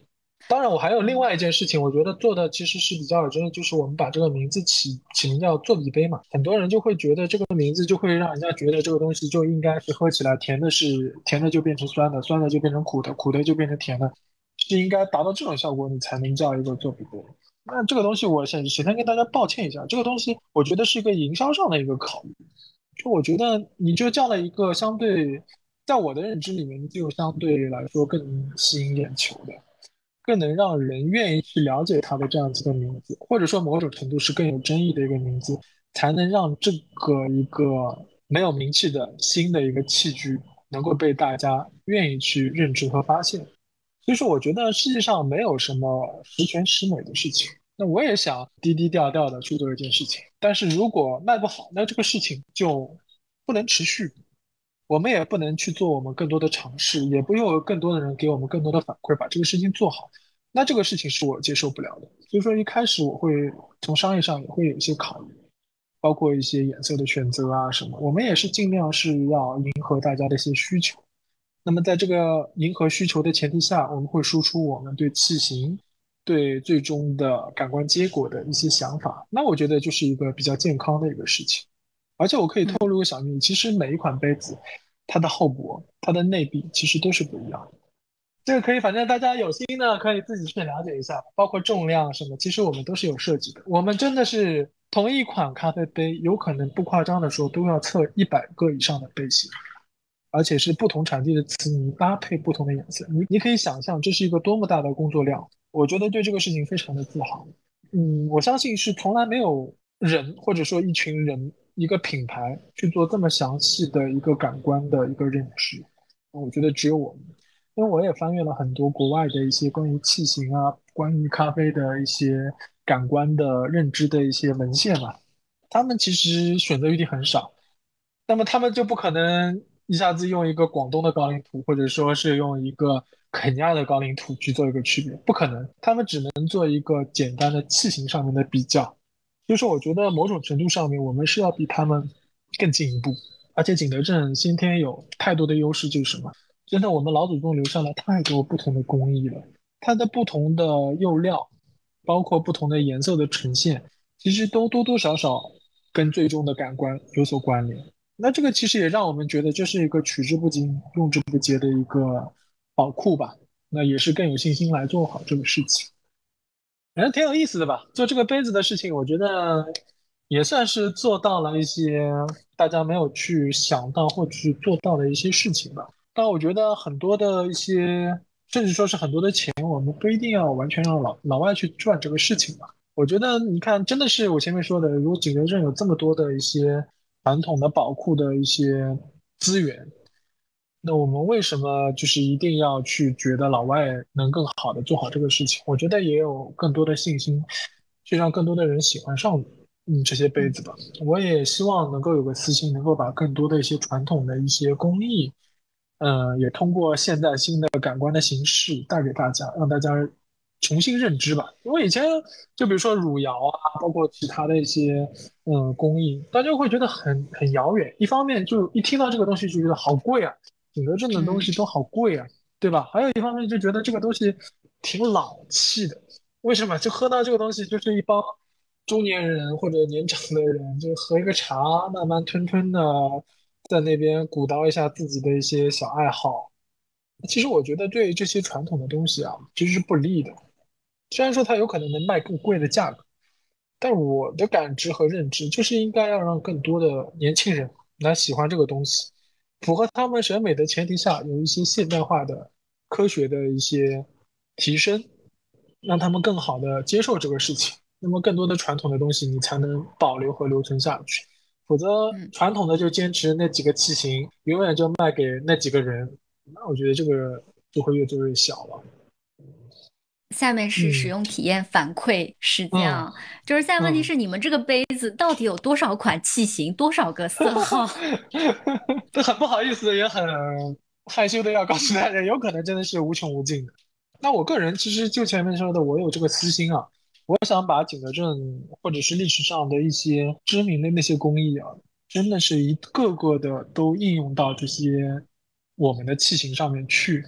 当然，我还有另外一件事情，我觉得做的其实是比较有争议，就是我们把这个名字起名叫做比杯嘛，很多人就会觉得这个名字就会让人家觉得这个东西就应该是喝起来甜的就变成酸的，酸的就变成苦的，苦的就变成甜的，是应该达到这种效果，你才能叫一个做比杯。那这个东西我首先跟大家抱歉一下，这个东西我觉得是一个营销上的一个考虑，就我觉得你就叫了一个相对，在我的认知里面就相对来说更吸引眼球的。更能让人愿意去了解它的这样子的名字，或者说某种程度是更有争议的一个名字，才能让这个一个没有名气的新的一个器具能够被大家愿意去认知和发现。所以说，我觉得世界上没有什么十全十美的事情。那我也想低低调调的去做一件事情，但是如果卖不好，那这个事情就不能持续。我们也不能去做我们更多的尝试，也不有更多的人给我们更多的反馈，把这个事情做好。那这个事情是我接受不了的。所以说一开始我会从商业上也会有一些考虑，包括一些颜色的选择啊什么，我们也是尽量是要迎合大家的一些需求。那么在这个迎合需求的前提下，我们会输出我们对器型、对最终的感官结果的一些想法。那我觉得就是一个比较健康的一个事情。而且我可以透露个小秘密，其实每一款杯子，它的后脖、它的内壁其实都是不一样的。这个可以，反正大家有心的可以自己去了解一下，包括重量什么，其实我们都是有设计的。我们真的是同一款咖啡杯，有可能不夸张的说，都要测100个以上的杯型，而且是不同产地的瓷泥搭配不同的颜色。你可以想象这是一个多么大的工作量。我觉得对这个事情非常的自豪。我相信是从来没有人或者说一群人一个品牌去做这么详细的一个感官的一个认知。我觉得只有我们。因为我也翻阅了很多国外的一些关于器型啊、关于咖啡的一些感官的认知的一些文献嘛，他们其实选择余地很少，那么他们就不可能一下子用一个广东的高岭土，或者说是用一个肯亚的高岭土去做一个区别，不可能，他们只能做一个简单的器型上面的比较。所以说，我觉得某种程度上面，我们是要比他们更进一步。而且景德镇先天有太多的优势，就是什么？真的，我们老祖宗留下了太多不同的工艺了，它的不同的釉料，包括不同的颜色的呈现，其实都多多少少跟最终的感官有所关联。那这个其实也让我们觉得这是一个取之不尽、用之不竭的一个宝库吧。那也是更有信心来做好这个事情。反正挺有意思的吧。做这个杯子的事情，我觉得也算是做到了一些大家没有去想到或者是做到的一些事情吧。但我觉得很多的一些，甚至说是很多的钱，我们不一定要完全让老外去赚这个事情吧。我觉得你看，真的是我前面说的，如果景德镇有这么多的一些传统的宝库的一些资源，那我们为什么就是一定要去觉得老外能更好的做好这个事情？我觉得也有更多的信心，去让更多的人喜欢上这些杯子吧。我也希望能够有个私心，能够把更多的一些传统的一些工艺，也通过现代新的感官的形式带给大家，让大家重新认知吧。因为以前就比如说汝窑啊，包括其他的一些工艺，大家会觉得很遥远。一方面就一听到这个东西就觉得好贵啊，景德镇的东西都好贵啊，对吧？还有一方面就觉得这个东西挺老气的。为什么？就喝到这个东西，就是一帮中年人或者年长的人，就喝一个茶，慢慢吞吞的在那边鼓捣一下自己的一些小爱好。其实我觉得对这些传统的东西啊，其实是不利的。虽然说它有可能能卖更贵的价格，但我的感知和认知就是应该要让更多的年轻人来喜欢这个东西，符合他们审美的前提下，有一些现代化的、科学的一些提升，让他们更好的接受这个事情。那么更多的传统的东西你才能保留和留存下去，否则传统的就坚持那几个器型，永远就卖给那几个人，那我觉得这个就会越做越小了。 下面是使嗯用体验反馈时间嗯啊，就是现在问题嗯。 是你们这个杯子到底有多少款器型，多少个色号？ 这很不好意思，也很害羞的要告诉大家，有可能真的是无穷无尽的。那我个人其实就前面说的，我有这个私心啊，我想把景德镇或者是历史上的一些知名的那些工艺啊，真的是一个个的都应用到这些我们的器型上面去。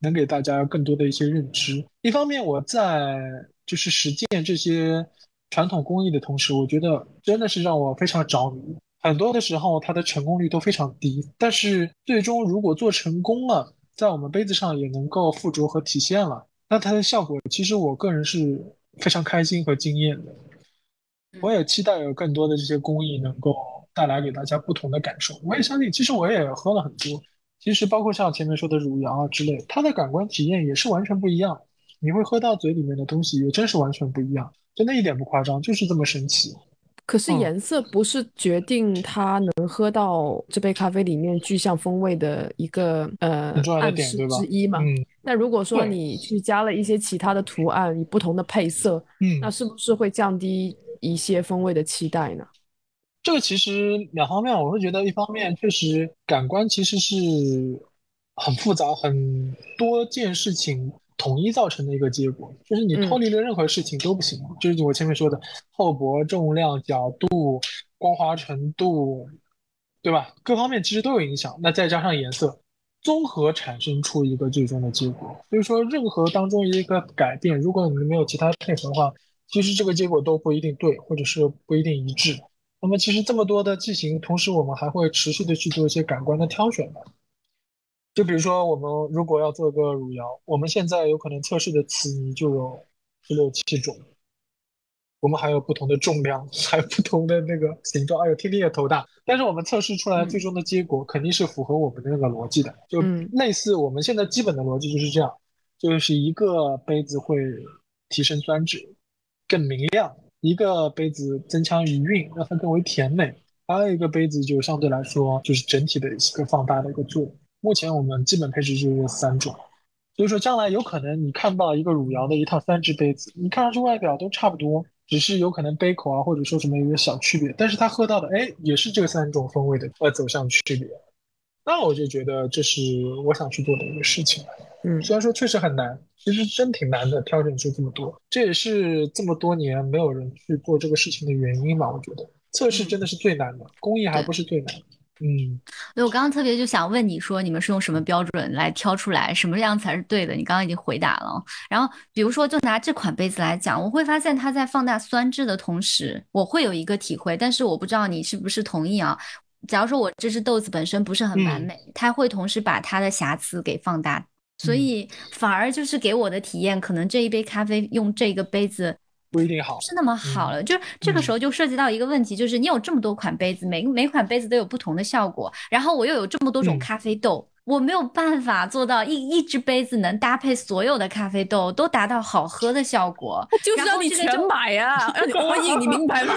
能给大家更多的一些认知。一方面，我在就是实践这些传统工艺的同时，我觉得真的是让我非常着迷。很多的时候，它的成功率都非常低，但是最终如果做成功了，在我们杯子上也能够附着和体现了，那它的效果，其实我个人是非常开心和惊艳的。我也期待有更多的这些工艺能够带来给大家不同的感受。我也相信，其实我也喝了很多，其实包括像前面说的汝窑啊之类，它的感官体验也是完全不一样。你会喝到嘴里面的东西也真是完全不一样，真的一点不夸张，就是这么神奇。 可是嗯， 颜色不是决定它能喝到这杯咖啡里面具象风味的一个很重要的点， 暗示对吧？ 之一嘛？ 嗯， 那如果说对， 你去加了一些其他的图案，以不同的配色，那嗯。 是不是会降低一些风味的期待呢？ 这个其实两方面，我会觉得一方面确实感官其实是很复杂、很多件事情统一造成的一个结果，就是你脱嗯离了任何事情都不行。就是我前面说的厚薄、重量、角度、光滑程度，对吧？各方面其实都有影响。那再加上颜色，综合产生出一个最终的结果。所以说，任何当中一个改变，如果你没有其他配合的话，其实这个结果都不一定对，或者是不一定一致。那么其实这么多的剂型，同时我们还会持续的去做一些感官的挑选的。就比如说，我们如果要做个汝窑，我们现在有可能测试的瓷泥就有16、17种，我们还有不同的重量，还有不同的那个形状。哎呦，听听也头大。但是我们测试出来最嗯终的结果肯定是符合我们的那个逻辑的，就嗯类似我们现在基本的逻辑就是这样，就是一个杯子会提升酸质，更明亮；一个杯子增强余韵，让它更为甜美；还有一个杯子就相对来说就是整体的一个放大的一个作用。目前我们基本配置就是这3种。所以说，将来有可能你看到一个汝窑的一套3只杯子，你看上去外表都差不多，只是有可能杯口啊，或者说什么有点小区别，但是它喝到的，哎，也是这3种风味的走向区别。那我就觉得这是我想去做的一个事情。 嗯虽然说确实很难，其实真挺难的，调整出这么多，这也是这么多年没有人去做这个事情的原因吧。我觉得测试真嗯， 的是最难的，工艺还对。 不是最难的。嗯， 所以我刚刚特别就想问你说，你们是用什么标准来挑出来什么样才是对的？你刚刚已经回答了。然后，比如说，就拿这款杯子来讲，我会发现它在放大酸质的同时，我会有一个体会，但是我不知道你是不是同意啊？假如说我这只豆子本身不是很完嗯美，它会同时把它的瑕疵给放大，所嗯， 以反而就是给我的体验，可能这一杯咖啡用这个杯子不一定好。 不是那么好嗯了。就是这个时嗯， 候就涉及到一个问题，就是你有这么多款杯子，每款杯子都有不同的效果，然后我又有这么多种嗯， 咖啡豆。我没有办法做到一只杯子能搭配所有的咖啡豆，都达到好喝的效果。 就是然让你全后这个就买呀、让你 all in，你明白吗？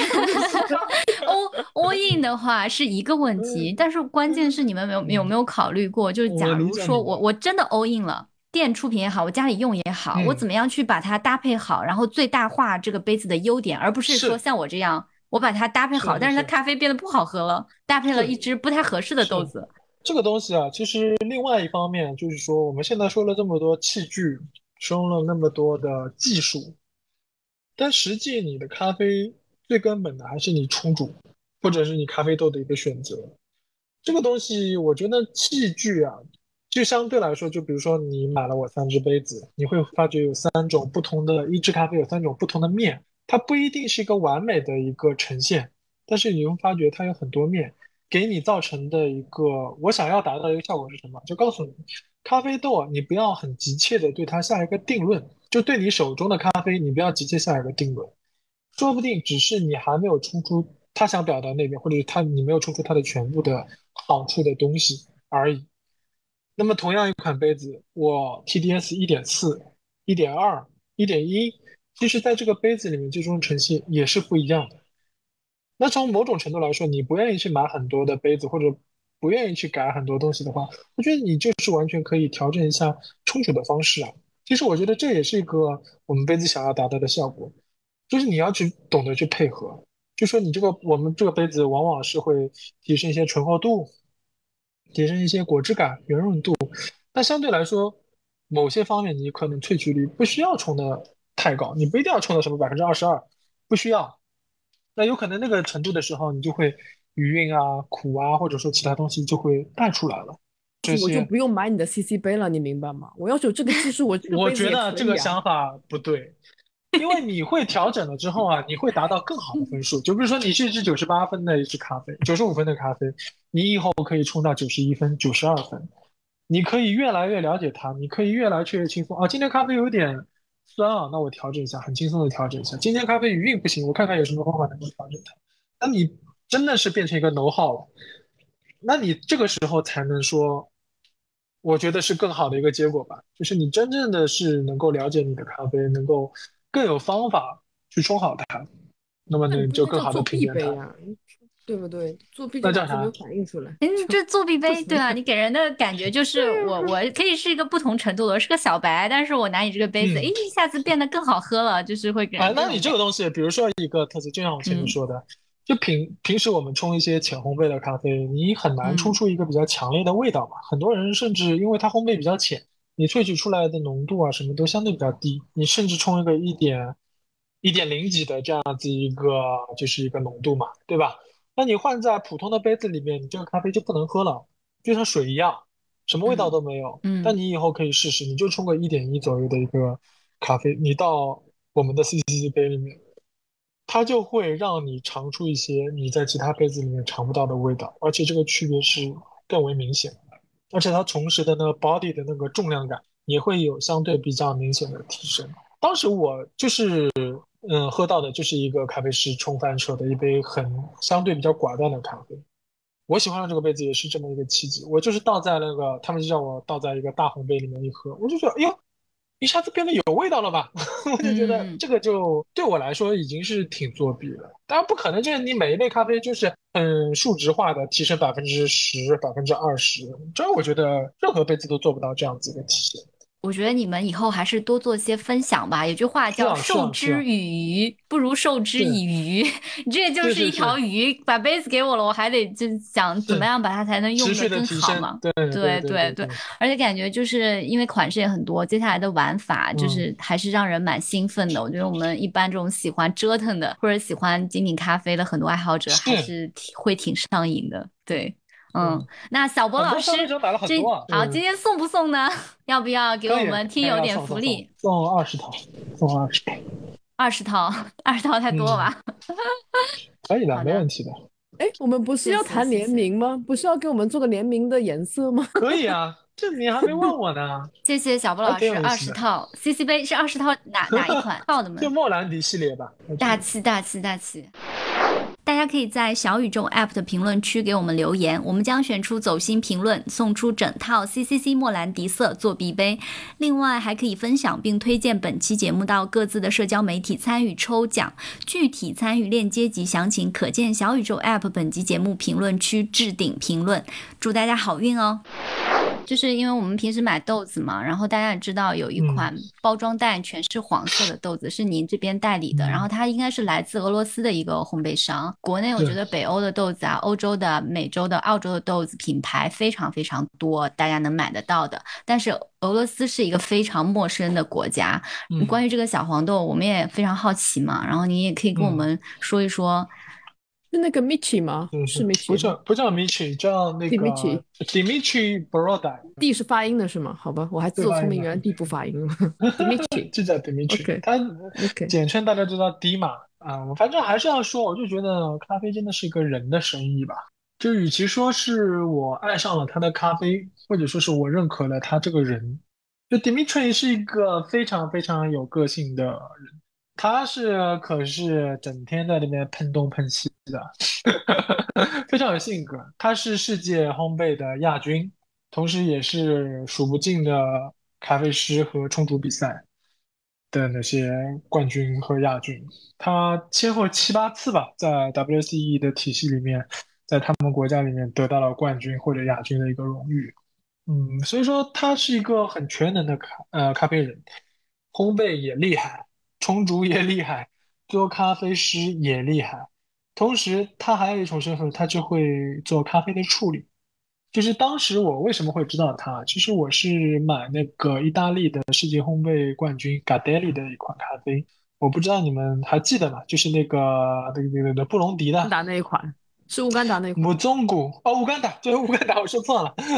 all in 的话是一个问题，但是关键是你们有没嗯， 有考虑过，就是我理假如说解你的。 我真的 all in 了。店出品也好，我家里用也好，我怎嗯， 么样去把它搭配好，然后最大化这个杯子的优点，而不是说是像我这样，我把它搭配好，但是它是是是咖啡变得不好喝了，搭配了一是支不太合适的豆是， 子。 这个东西啊，其实另外一方面就是说，我们现在说了这么多器具，说了那么多的技术，但实际你的咖啡最根本的还是你冲煮，或者是你咖啡豆的一个选择。这个东西，我觉得器具啊，就相对来说，就比如说你买了我3只杯子，你会发觉有3种不同的，一支咖啡有3种不同的面，它不一定是一个完美的一个呈现，但是你会发觉它有很多面，给你造成的一个我想要达到的一个效果是什么？就告诉你，咖啡豆啊，你不要很急切的对它下一个定论，就对你手中的咖啡，你不要急切下一个定论，说不定只是你还没有冲出他想表达那边，或者是你没有冲出它的全部的好处的东西而已。那么同样一款杯子，我 TDS 1.4、1.2、1.1，其实在这个杯子里面最终呈现也是不一样的。那从某种程度来说，你不愿意去买很多的杯子，或者不愿意去改很多东西的话，我觉得你就是完全可以调整一下冲煮的方式啊。其实我觉得这也是一个我们杯子想要达到的效果，就是你要去懂得去配合。就说你我们这个杯子往往是会提升一些醇厚度，提升一些果汁感、圆润度。那相对来说，某些方面你可能萃取率不需要冲的太高，你不一定要冲到什么22%，不需要。那有可能那个程度的时候，你就会余韵啊、苦啊，或者说其他东西就会带出来了。 这些。 我就不用买你的 CC 杯了，你明白吗？我要是有这个技术，我这个我杯子也觉得这个可以啊。 想法不对，因为你会调整了之后啊，你会达到更好的分数。就比如说你是一支98分的一支咖啡，95分的咖啡，你以后可以冲到91分、92分。你可以越来越了解它，你可以越来越轻松啊。今天咖啡有点酸啊，那我调整一下，很轻松的调整一下。今天咖啡余韵不行，我看看有什么方法能够调整它。那你真的是变成一个 know how 了，那你这个时候才能说，我觉得是更好的一个结果吧。就是你真正的是能够了解你的咖啡，能够更有方法去冲好它，那么那你呢不应该叫就更好的作弊杯品鉴它。 呀、对不对？作弊就那叫啥？ 马上没有反应出来， 这作弊杯， 不行对啊，你给人的感觉就是我可以是一个不同程度的，我是个小白，但是我拿你这个杯子， 嗯。 诶，一下子变得更好喝了，就是会给哎，那你人这种感觉。 这个东西，比如说一个特色，就像我前面说的，就平时我们冲一些浅烘焙的咖啡，你很难冲嗯出一个比较强烈的味道嘛。很多人甚至因为它烘焙比较浅，你萃取出来的浓度啊什么都相对比较低，你甚至冲一个1.0几的这样子一个就是一个浓度嘛，对吧？那你换在普通的杯子里面，你这个咖啡就不能喝了，就像水一样，什么味道嗯都没有。但嗯你以后可以试试，你就冲个1.1左右的一个咖啡，你到我们的 CCC 杯里面，它就会让你尝出一些你在其他杯子里面尝不到的味道，而且这个区别是更为明显的，而且它同时的那个 body 的那个重量感也会有相对比较明显的提升。当时我就是喝到的就是一个咖啡师冲翻车的一杯很相对比较寡淡的咖啡。我喜欢上这个杯子也是这么一个契机，我就是倒在那个，他们就叫我倒在一个大红杯里面一喝，我就觉得，哎呦，一下子变得有味道了吧？我就觉得嗯。 这个就对我来说已经是挺作弊了。当然不可能，就是你每一杯咖啡就是很数值化的提升10%、20%，这我觉得任何杯子都做不到这样子的体现。 我觉得你们以后还是多做些分享吧。有句话叫是啊，是啊，是啊， “授之以鱼，不如授之以是渔”。你这就是一是是是条鱼，把杯子给我了，我还得就想怎么是， 样把它才能用的持续的更好嘛。 提升，对对对对对， 对对对， 而且感觉就是因为款式也很多，接下来的玩法就嗯， 是还是让人蛮兴奋的。我觉得我们一般这种喜欢折腾的或者喜欢精品咖啡的很多爱好者还是， 是挺上瘾的。对， 嗯， 那小博很多老师， 消费者买了很多啊， 好，今天送不送呢？要不要给可以， 我们听可以要友点送送送福利？ 送20套，送20套， 20套，20套太多了嗯， 吧？ 可以的， 好的， 没问题的， 哎，我们不是谢要谈联谢谢谢名吗？不是要给我们做个联名的颜色吗？ 可以啊，这你还没问我呢， 谢谢小波还挺老师，二有意思的， 十套 CC 杯是20套哪一款？套的就们， 莫兰迪系列吧，我觉得大气大气大气。大家可以在小宇宙 App 的评论区给我们留言，我们将选出走心评论，送出整套 CCC 莫兰迪色作弊杯。另外还可以分享并推荐本期节目到各自的社交媒体参与抽奖，具体参与链接及详情可见小宇宙 App 本集节目评论区置顶评论。祝大家好运哦！就是因为我们平时买豆子嘛，然后大家也知道有一款包装袋全是黄色的豆子，是您这边代理的，然后它应该是来自俄罗斯的一个烘焙商。国内我觉得北欧的豆子啊，欧洲的、美洲的、澳洲的豆子品牌非常非常多，大家能买得到的。但是俄罗斯是一个非常陌生的国家，关于这个小黄豆，我们也非常好奇嘛，然后你也可以跟我们说一说。 是那个 Michi 吗？是 Michi 吗不叫 Michi，叫那个 Dimitri Dimitri Borodai， ？D 是发音的是吗？好吧，我还自作聪明， 对发音的， 原来 D 不发音了。Dimitri，OK， 就叫 Dimitri，他简称大家知道 D 嘛，啊，反正还是要说，我就觉得咖啡真的是一个人的生意吧。就与其说是我爱上了他的咖啡，或者说是我认可了他这个人，就 Dimitri 是一个非常非常有个性的人，他可是整天在那边喷东喷西的，非常有性格。他是世界烘焙的亚军，同时也是数不尽的咖啡师和冲煮比赛的那些冠军和亚军。他先后7、8次吧，在 WCE 的体系里面，在他们国家里面得到了冠军或者亚军的一个荣誉。所以说他是一个很全能的咖啡人，烘焙也厉害，冲煮也厉害，做咖啡师也厉害。同时，他还有一种身份，他就会做咖啡的处理。就是当时我为什么会知道他？其实我是买那个意大利的世界烘焙冠军 Gardelli 的一款咖啡，我不知道你们还记得吗？就是那个布隆迪的乌干达那一款是乌干达那一款。 母棕谷哦，乌干达，对乌干达，我说错了，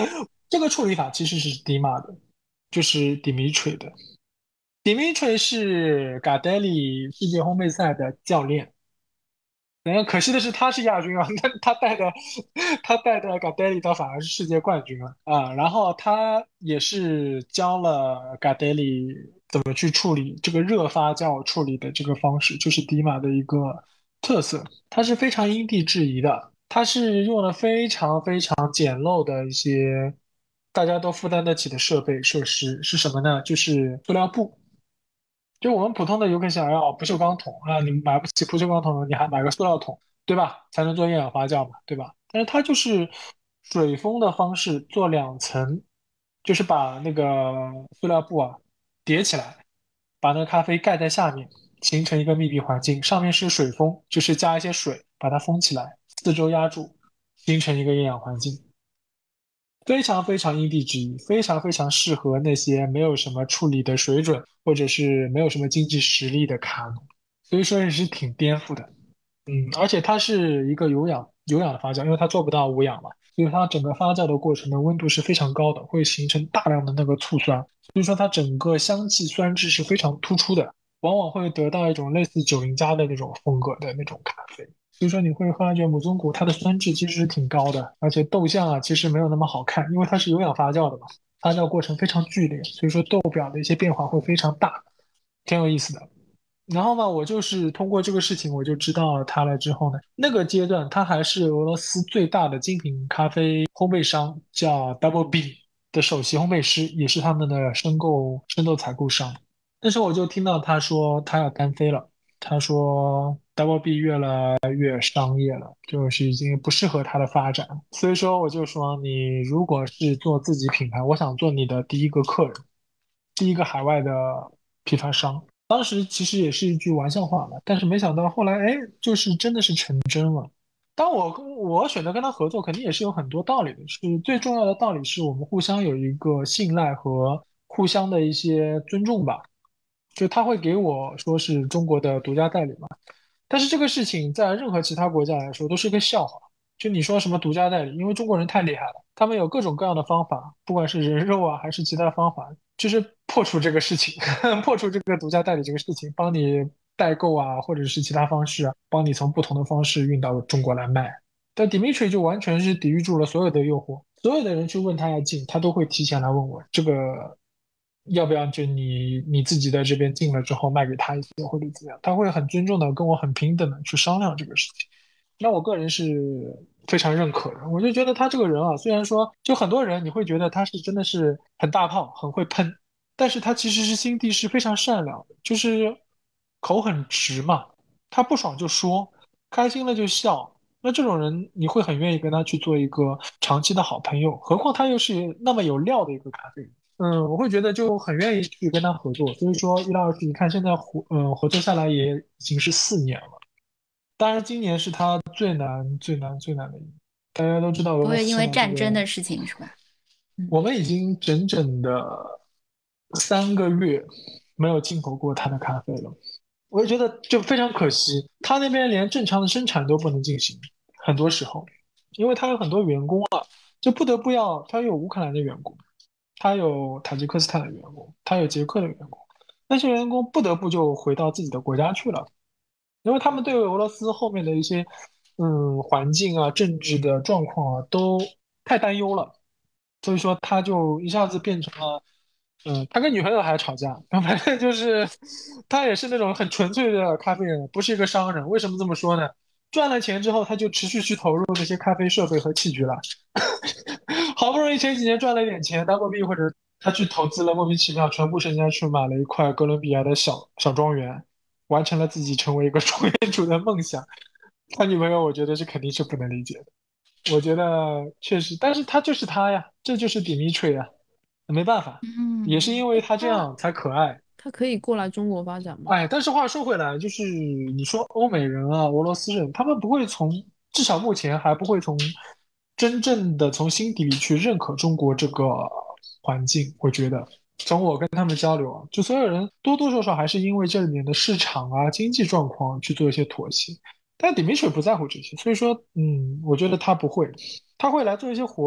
这个处理法其实是迪玛的，就是 Dimitri 的。Dimitri 是 Gardelli 世界烘焙赛的教练，然后可惜的是他是亚军啊，他带的 Gardelli 他反而是世界冠军了啊。然后他也是教了 Gardelli 怎么去处理这个热发酵处理的这个方式，就是迪玛的一个特色。它是非常因地制宜的，它是用了非常非常简陋的一些大家都负担得起的设备设施，是什么呢？就是塑料布。就我们普通的游客想要不锈钢桶啊，你买不起不锈钢桶，你还买个塑料桶，对吧？才能做厌氧发酵嘛，对吧？但是它就是水封的方式做2层，就是把那个塑料布啊叠起来，把那个咖啡盖在下面，形成一个密闭环境，上面是水封，就是加一些水把它封起来，四周压住，形成一个厌氧环境。非常非常因地制宜，非常非常适合那些没有什么处理的水准，或者是没有什么经济实力的卡农，所以说也是挺颠覆的。而且它是一个有氧的发酵，因为它做不到无氧嘛，所以它整个发酵的过程的温度是非常高的，会形成大量的那个醋酸，所以说它整个香气酸质是非常突出的，往往会得到一种类似90+的那种风格的那种咖啡。所以说你会发觉母宗谷它的酸质其实是挺高的，而且豆相啊其实没有那么好看，因为它是有氧发酵的嘛，发酵过程非常剧烈，所以说豆表的一些变化会非常大，挺有意思的。然后嘛，我就是通过这个事情，我就知道它了之后呢，那个阶段它还是俄罗斯最大的精品咖啡烘焙商，叫 Double B 的首席烘焙师，也是他们的生豆采购商。那时候我就听到他说他要单飞了，他说 Double B 越来越商业了，就是已经不适合他的发展。所以说我就说，你如果是做自己品牌，我想做你的第一个客人，第一个海外的批发商。当时其实也是一句玩笑话嘛，但是没想到后来，哎，就是真的是成真了。当我选择跟他合作，肯定也是有很多道理的。是最重要的道理是我们互相有一个信赖和互相的一些尊重吧。就他会给我说是中国的独家代理嘛，但是这个事情在任何其他国家来说都是个笑话。就你说什么独家代理，因为中国人太厉害了，他们有各种各样的方法，不管是人肉啊还是其他方法，就是破除这个事情，破除这个独家代理这个事情，帮你代购啊，或者是其他方式啊，帮你从不同的方式运到中国来卖。但 Dimitri 就完全是抵御住了所有的诱惑，所有的人去问他要进，他都会提前来问我这个要不要就你自己在这边进了之后卖给他一些或者怎么样，他会很尊重的跟我很平等的去商量这个事情。那我个人是非常认可的，我就觉得他这个人啊，虽然说就很多人你会觉得他是真的是很大炮，很会喷，但是他其实是心地是非常善良的，就是口很直嘛，他不爽就说，开心了就笑。那这种人你会很愿意跟他去做一个长期的好朋友，何况他又是那么有料的一个咖啡人。我会觉得就很愿意去跟他合作。所以说，易老师，你看现在合作下来也已经是4年了。当然，今年是他最难、最难、最难的一年。大家都知道俄不会因为罗斯嘛，这个战争的事情是吧？嗯， 我们已经整整的3个月没有进口过他的咖啡了。我就觉得就非常可惜，他那边连正常的生产都不能进行，很多时候，因为他有很多员工啊，就不得不要，他有乌克兰的员工，他有塔吉克斯坦的员工，他有捷克的员工，那些员工不得不就回到自己的国家去了，因为他们对俄罗斯后面的一些环境啊、政治的状况啊都太担忧了，所以说他就一下子变成了，他跟女朋友还吵架，反正就是他也是那种很纯粹的咖啡人，不是一个商人。为什么这么说呢？赚了钱之后，他就持续去投入那些咖啡设备和器具了。好不容易前几年赚了一点钱，当过币或者他去投资了，莫名其妙全部身家去买了一块哥伦比亚的小小庄园，完成了自己成为一个庄园主的梦想。他女朋友，我觉得是肯定是不能理解的。我觉得确实，但是他就是他呀，这就是 Dimitri 呀，没办法，也是嗯， 因为他这他样才可爱。 他可以过来中国发展吗？ 哎，但是话说回来，就是你说欧美人啊、俄罗斯人，他们不会从，至少目前还不会从真正的从心底里去认可中国这个环境。我觉得，从我跟他们交流啊，就所有人多多少少还是因为这里面的市场啊、经济状况去做一些妥协。但 Dimitri 不在乎这些，所以说，我觉得他不会，他会来做一些活动，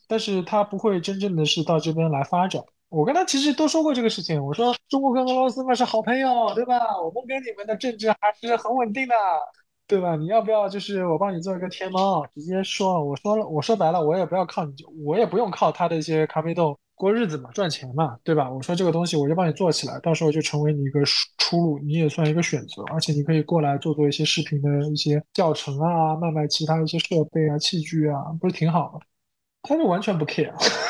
但是他不会真正的是到这边来发展。我跟他其实都说过这个事情，我说中国跟俄罗斯嘛是好朋友，对吧？我们跟你们的政治还是很稳定的，对吧？你要不要就是我帮你做一个天猫，直接说，我说了，我说白了，我也不要靠你，我也不用靠他的一些咖啡豆过日子嘛，赚钱嘛，对吧？我说这个东西我就帮你做起来，到时候就成为你一个出路，你也算一个选择，而且你可以过来做一些视频的一些教程啊，卖其他一些设备啊、器具啊，不是挺好吗？他就完全不 care。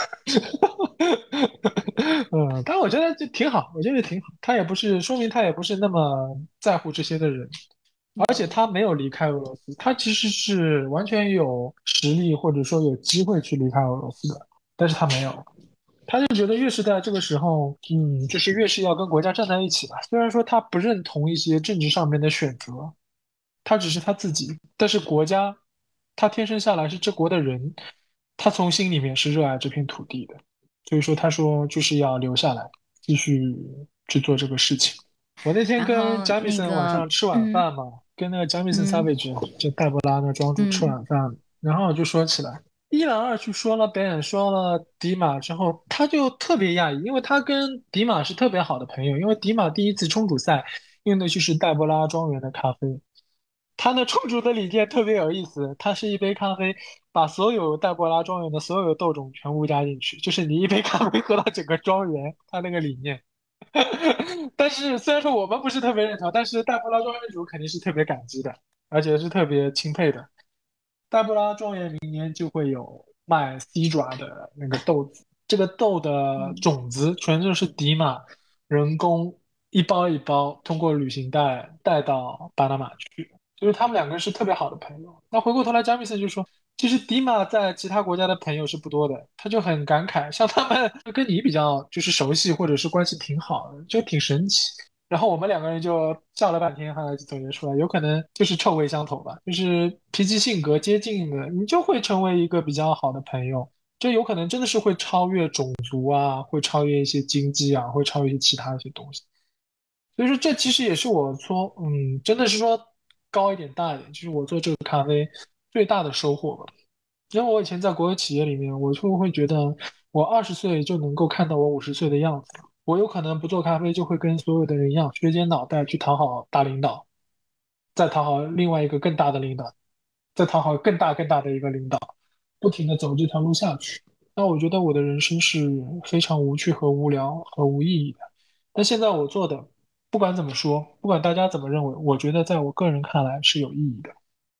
但我觉得就挺好，我觉得挺好。他也不是，说明他也不是那么在乎这些的人，而且他没有离开俄罗斯，他其实是完全有实力或者说有机会去离开俄罗斯的，但是他没有。他就觉得越是在这个时候，就是越是要跟国家站在一起吧。虽然说他不认同一些政治上面的选择，他只是他自己，但是国家，他天生下来是这国的人，他从心里面是热爱这片土地的，所以说他说就是要留下来，继续去做这个事情。我那天然跟后贾米森晚上吃晚饭嘛，跟那个贾米森 Savage 就黛博拉那庄主吃晚饭，然后就说起来。伊朗二去说了北 e 说了迪马之后，他就特别讶异，因为他跟迪马是特别好的朋友，因为迪马第一次冲煮赛用的就是黛博拉庄园的咖啡，他那冲煮的理念特别有意思，它是一杯咖啡，把所有黛博拉庄园的所有豆种全部加进去，就是你一杯咖啡喝到整个庄园，他那个理念。但是虽然说我们不是特别认同，但是黛博拉庄园主肯定是特别感激的，而且是特别钦佩的。黛布拉庄园明年就会有卖 C 爪的那个豆子，这个豆的种子全都是迪马人工一包一包通过旅行袋带到巴拿马去，就是他们两个人是特别好的朋友。那回过头来，詹米森就说，其实迪马在其他国家的朋友是不多的，他就很感慨，像他们跟你比较就是熟悉或者是关系挺好的，就挺神奇。然后我们两个人就笑了半天，后来就总结出来，有可能就是臭味相投吧，就是脾气性格接近的，你就会成为一个比较好的朋友。这有可能真的是会超越种族啊，会超越一些经济啊，会超越一些其他一些东西。所以说，这其实也是我说，真的是说高一点大一点，就是我做这个咖啡最大的收获吧。因为我以前在国有企业里面，我就会觉得我20岁就能够看到我50岁的样子。我有可能不做咖啡，就会跟所有的人一样，削尖脑袋去讨好大领导，再讨好另外一个更大的领导，再讨好更大的一个领导，不停的走这条路下去。那我觉得我的人生是非常无趣和无聊和无意义的。但现在我做的，不管怎么说，不管大家怎么认为，我觉得在我个人看来是有意义的。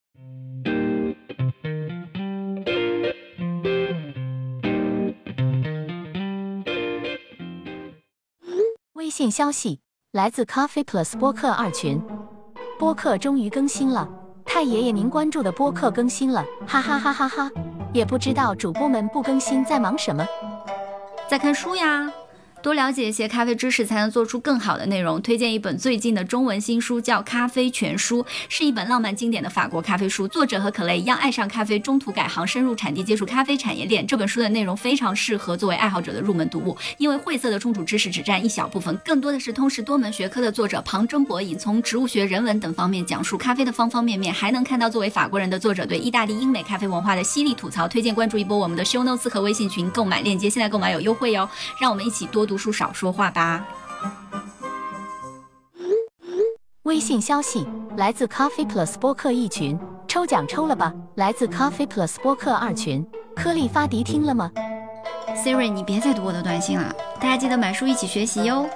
微信消息来自 Coffee Plus 播客2群，播客终于更新了，太爷爷您关注的播客更新了，哈哈哈哈哈！也不知道主播们不更新在忙什么， 在看书呀。多了解一些咖啡知识，才能做出更好的内容。推荐一本最近的中文新书，叫《咖啡全书》，是一本浪漫经典的法国咖啡书。作者和可雷一样爱上咖啡，中途改行，深入产地接触咖啡产业链。这本书的内容非常适合作为爱好者的入门读物，因为晦涩的冲煮知识只占一小部分，更多的是通识多门学科的作者旁征博引，从植物学、人文等方面讲述咖啡的方方面面，还能看到作为法国人的作者对意大利、英美咖啡文化的犀利吐槽。推荐关注一波我们的 show notes 和微信群购买链接，现在购买有优惠哟。让我们一起多读书少说话吧。 微信消息来自 Coffee Plus 播客1群，抽奖抽了吧！来自 Coffee Plus 播客2群，颗粒发迪听了吗 Siri， 你别再读我的短信了，大家记得买书一起学习哟。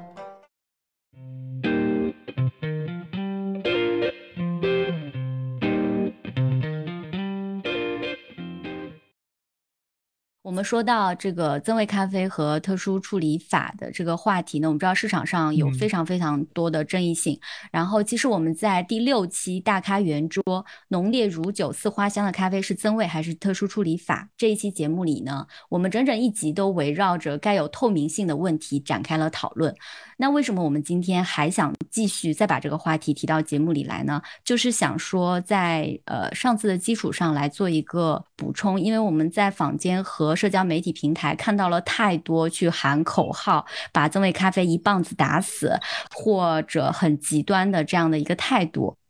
我们说到这个增味咖啡和特殊处理法的这个话题呢，我们知道市场上有非常非常多的争议性。然后其实我们在第6期大咖圆桌浓烈如酒似花香的咖啡是增味还是特殊处理法这一期节目里呢，我们整整1集都围绕着该有透明性的问题展开了讨论。那为什么我们今天还想继续再把这个话题提到节目里来呢？就是想说在上次的基础上来做一个补充，因为我们在坊间和社交媒体平台看到了太多去喊口号把增味咖啡一棒子打死或者很极端的这样的一个态度。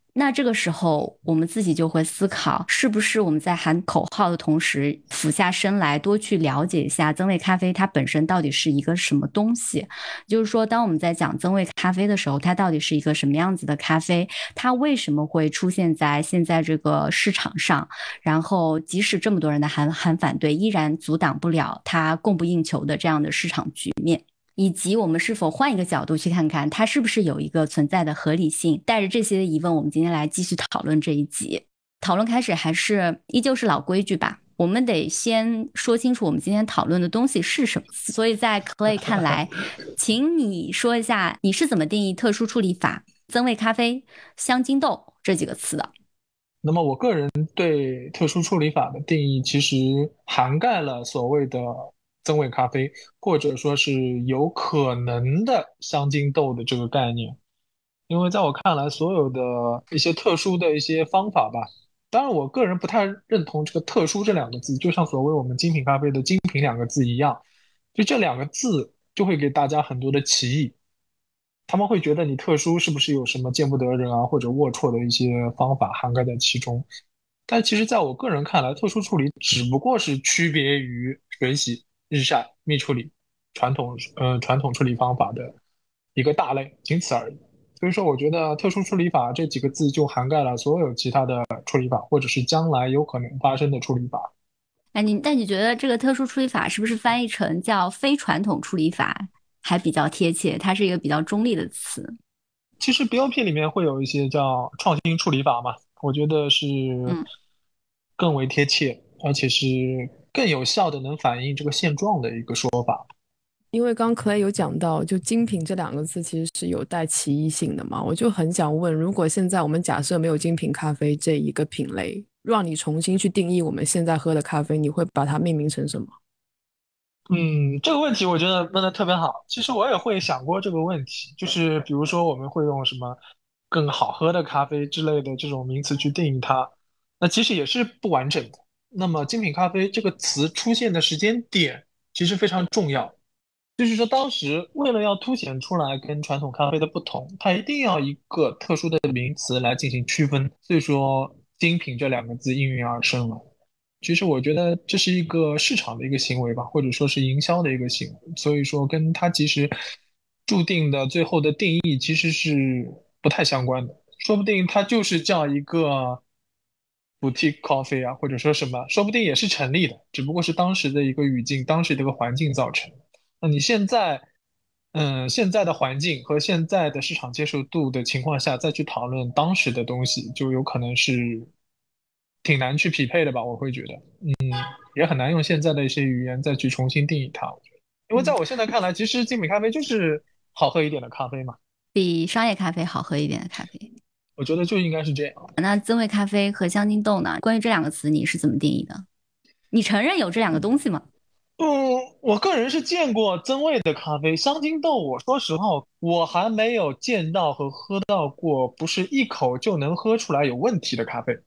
那这个时候，我们自己就会思考，是不是我们在喊口号的同时，俯下身来多去了解一下增味咖啡它本身到底是一个什么东西？就是说，当我们在讲增味咖啡的时候，它到底是一个什么样子的咖啡？它为什么会出现在现在这个市场上？然后，即使这么多人的喊反对，依然阻挡不了它供不应求的这样的市场局面。以及我们是否换一个角度去看看它是不是有一个存在的合理性。带着这些疑问，我们今天来继续讨论这一集。讨论开始还是依旧是老规矩吧，我们得先说清楚我们今天讨论的东西是什么。所以在 Clay 看来，请你说一下你是怎么定义特殊处理法、增味咖啡、香精豆这几个词的。 那么我个人对特殊处理法的定义其实涵盖了所谓的增味咖啡，或者说是有可能的香精豆的这个概念。因为在我看来，所有的一些特殊的一些方法吧，当然我个人不太认同这个“特殊”这两个字，就像所谓我们精品咖啡的“精品”两个字一样，就这两个字就会给大家很多的歧义。他们会觉得你特殊是不是有什么见不得人啊，或者龌龊的一些方法涵盖在其中？但其实在我个人看来，特殊处理只不过是区别于水洗、日晒、密处理传统处理方法的一个大类，仅此而已。所以说，我觉得特殊处理法这几个字就涵盖了所有其他的处理法，或者是将来有可能发生的处理法。 但你觉得这个特殊处理法是不是翻译成叫非传统处理法还比较贴切？它是一个比较中立的词。 其实 BOP 里面会有一些叫创新处理法嘛，我觉得是更为贴切，而且是更有效的能反映这个现状的一个说法。 因为刚 Clay 有讲到，就精品这两个字其实是有带歧义性的嘛，我就很想问，如果现在我们假设没有精品咖啡这一个品类，让你重新去定义我们现在喝的咖啡，你会把它命名成什么？ 这个问题我觉得问的特别好。其实我也会想过这个问题，就是比如说我们会用什么更好喝的咖啡之类的这种名词去定义它，那其实也是不完整的。那么精品咖啡这个词出现的时间点其实非常重要，就是说当时为了要凸显出来跟传统咖啡的不同，它一定要一个特殊的名词来进行区分，所以说精品这两个字应运而生了。其实我觉得这是一个市场的一个行为吧，或者说是营销的一个行为，所以说跟它其实注定的最后的定义其实是不太相关的，说不定它就是叫一个 boutique coffee 啊，或者说什么，说不定也是成立的，只不过是当时的一个语境、当时的一个环境造成。那你现在，现在的环境和现在的市场接受度的情况下，再去讨论当时的东西，就有可能是挺难去匹配的吧，我会觉得，也很难用现在的一些语言再去重新定义它，我觉得，因为在我现在看来，其实精品咖啡就是好喝一点的咖啡嘛， 比商业咖啡好喝一点的咖啡。 我觉得就应该是这样。 那增味咖啡和香精豆呢？关于这两个词，你是怎么定义的？你承认有这两个东西吗？ 我个人是见过增味的咖啡，香精豆，我说实话，我还没有见到和喝到过不是一口就能喝出来有问题的咖啡。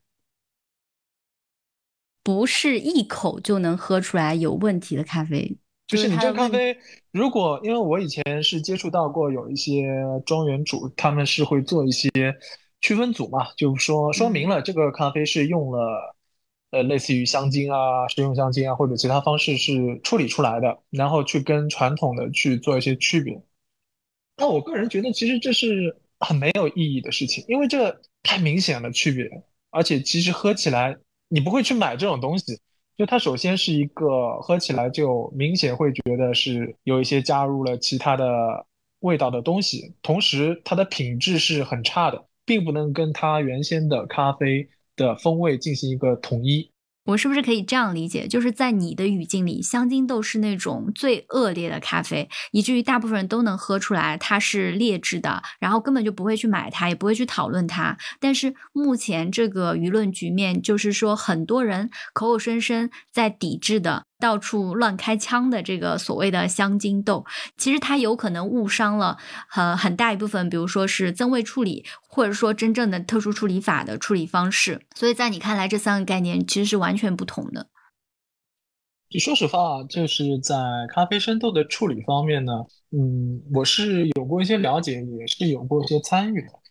不是一口就能喝出来有问题的咖啡， 就是你它的问这个咖啡，如果因为我以前是接触到过有一些庄园主，他们是会做一些区分组嘛，就是说明了这个咖啡是用了类似于香精啊、食用香精啊或者其他方式是处理出来的，然后去跟传统的去做一些区别。那我个人觉得其实这是很没有意义的事情，因为这太明显了区别，而且其实喝起来你不会去买这种东西。就它首先是一个喝起来就明显会觉得是有一些加入了其他的味道的东西，同时它的品质是很差的，并不能跟它原先的咖啡的风味进行一个统一。 我是不是可以这样理解？就是在你的语境里，香精豆是那种最恶劣的咖啡，以至于大部分人都能喝出来它是劣质的，然后根本就不会去买它，也不会去讨论它。但是目前这个舆论局面，就是说很多人口口声声在抵制的，到处乱开枪的这个所谓的香精豆，其实它有可能误伤了很大一部分，比如说是增味处理，或者说真正的特殊处理法的处理方式。所以在你看来，这三个概念其实是完全不同的。 就说实话啊，就是在咖啡生豆的处理方面呢，我是有过一些了解，也是有过一些参与的。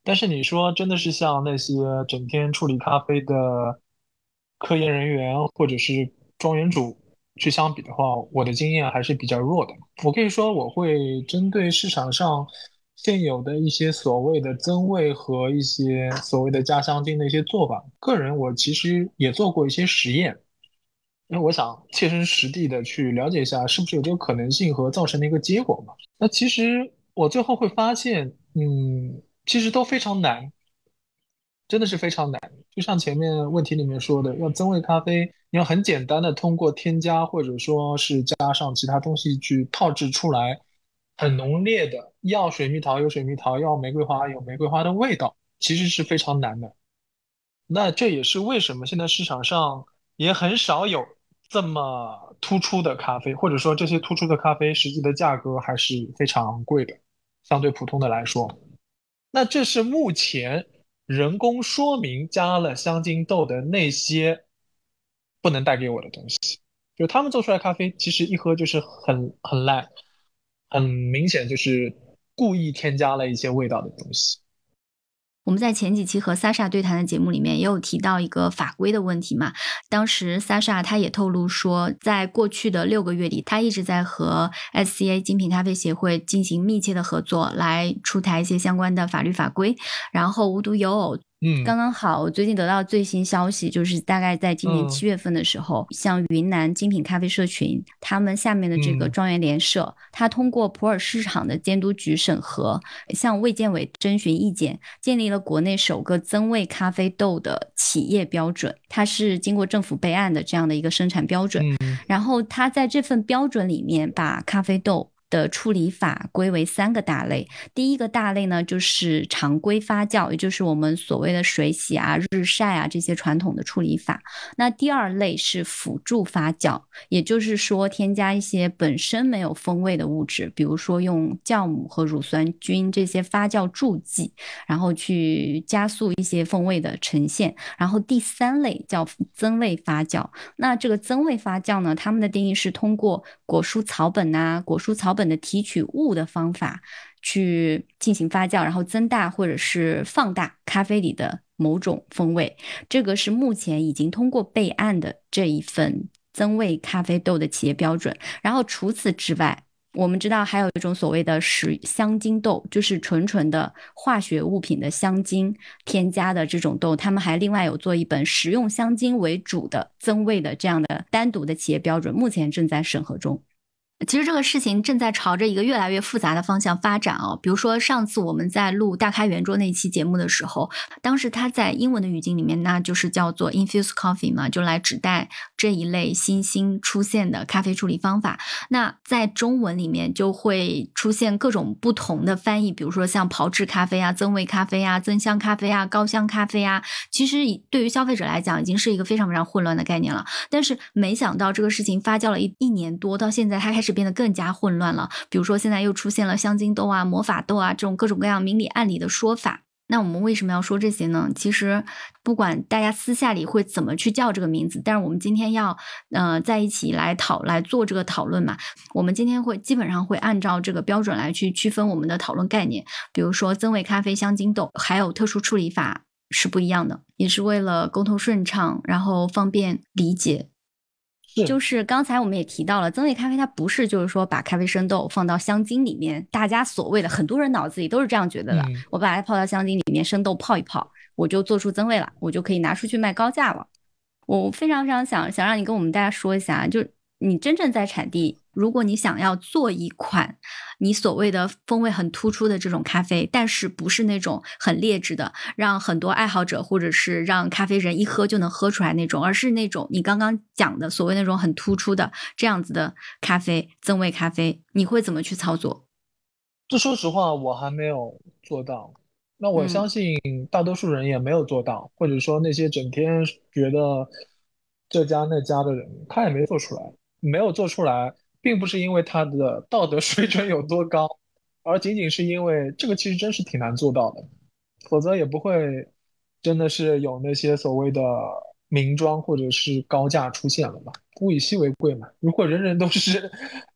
但是你说真的是像那些整天处理咖啡的科研人员或者是庄园主去相比的话，我的经验还是比较弱的。我可以说我会针对市场上现有的一些所谓的增味和一些所谓的加香精的一些做法，个人我其实也做过一些实验，因为我想切身实地的去了解一下是不是有这个可能性和造成的一个结果嘛。那其实我最后会发现，其实都非常难，真的是非常难。就像前面问题里面说的，要增味咖啡，你要很简单的通过添加或者说是加上其他东西去炮制出来很浓烈的，要水蜜桃有水蜜桃，要玫瑰花有玫瑰花的味道，其实是非常难的。那这也是为什么现在市场上也很少有这么突出的咖啡，或者说这些突出的咖啡实际的价格还是非常贵的，相对普通的来说。那这是目前人工说明加了香精豆的那些不能带给我的东西，就他们做出来咖啡其实一喝就是很烂，很明显就是故意添加了一些味道的东西。 我们在前几期和 Sasha 对谈的节目里面也有提到一个法规的问题嘛，当时 Sasha 他也透露说，在过去的6个月里，他一直在和 SCA 精品咖啡协会进行密切的合作，来出台一些相关的法律法规。然后无独有偶，刚刚好，我最近得到最新消息，就是大概在今年7月份的时候，像云南精品咖啡社群，他们下面的这个庄园联社，它通过普洱市场的监督局审核，向卫健委征询意见，建立了国内首个增味咖啡豆的企业标准，它是经过政府备案的这样的一个生产标准。然后它在这份标准里面把咖啡豆的处理法归为3个大类。第一个大类呢，就是常规发酵，也就是我们所谓的水洗啊、日晒啊这些传统的处理法。那第二类是辅助发酵，也就是说添加一些本身没有风味的物质，比如说用酵母和乳酸菌这些发酵助剂，然后去加速一些风味的呈现。然后第3类叫增味发酵。那这个增味发酵呢，他们的定义是通过果蔬草本啊、果蔬草本的提取物的方法去进行发酵，然后增大或者是放大咖啡里的某种风味。这个是目前已经通过备案的这一份增味咖啡豆的企业标准。然后除此之外，我们知道还有一种所谓的香精豆，就是纯纯的化学物品的香精添加的这种豆，他们还另外有做一本食用香精为主的增味的这样的单独的企业标准，目前正在审核中。其实这个事情正在朝着一个越来越复杂的方向发展哦。比如说上次我们在录大开圆桌那一期节目的时候，当时它在英文的语境里面，那就是叫做 infused coffee 嘛，就来指代这一类新兴出现的咖啡处理方法。那在中文里面就会出现各种不同的翻译，比如说像炮制咖啡啊、增味咖啡啊、增香咖啡啊、高香咖啡啊，其实对于消费者来讲已经是一个非常非常混乱的概念了。但是没想到这个事情发酵了一年多，到现在它开始变得更加混乱了。比如说现在又出现了香精豆啊、魔法豆啊这种各种各样明里暗里的说法。那我们为什么要说这些呢？其实不管大家私下里会怎么去叫这个名字，但是我们今天要在一起来做这个讨论嘛。我们今天基本上会按照这个标准来去区分我们的讨论概念。比如说增味咖啡、香精豆还有特殊处理法是不一样的，也是为了沟通顺畅，然后方便理解。就是刚才我们也提到了，增味咖啡它不是就是说把咖啡生豆放到香精里面，大家所谓的很多人脑子里都是这样觉得的，我把它泡到香精里面，生豆泡一泡，我就做出增味了，我就可以拿出去卖高价了。我非常非常想让你跟我们大家说一下，就你真正在产地，如果你想要做一款你所谓的风味很突出的这种咖啡，但是不是那种很劣质的，让很多爱好者或者是让咖啡人一喝就能喝出来那种，而是那种你刚刚讲的所谓那种很突出的这样子的咖啡，增味咖啡，你会怎么去操作？ 这说实话我还没有做到，那我相信大多数人也没有做到，或者说那些整天觉得这家那家的人，他也没做出来。没有做出来，并不是因为他的道德水准有多高，而仅仅是因为这个其实真是挺难做到的，否则也不会真的是有那些所谓的名庄或者是高价出现了嘛，物以稀为贵嘛。如果人人都是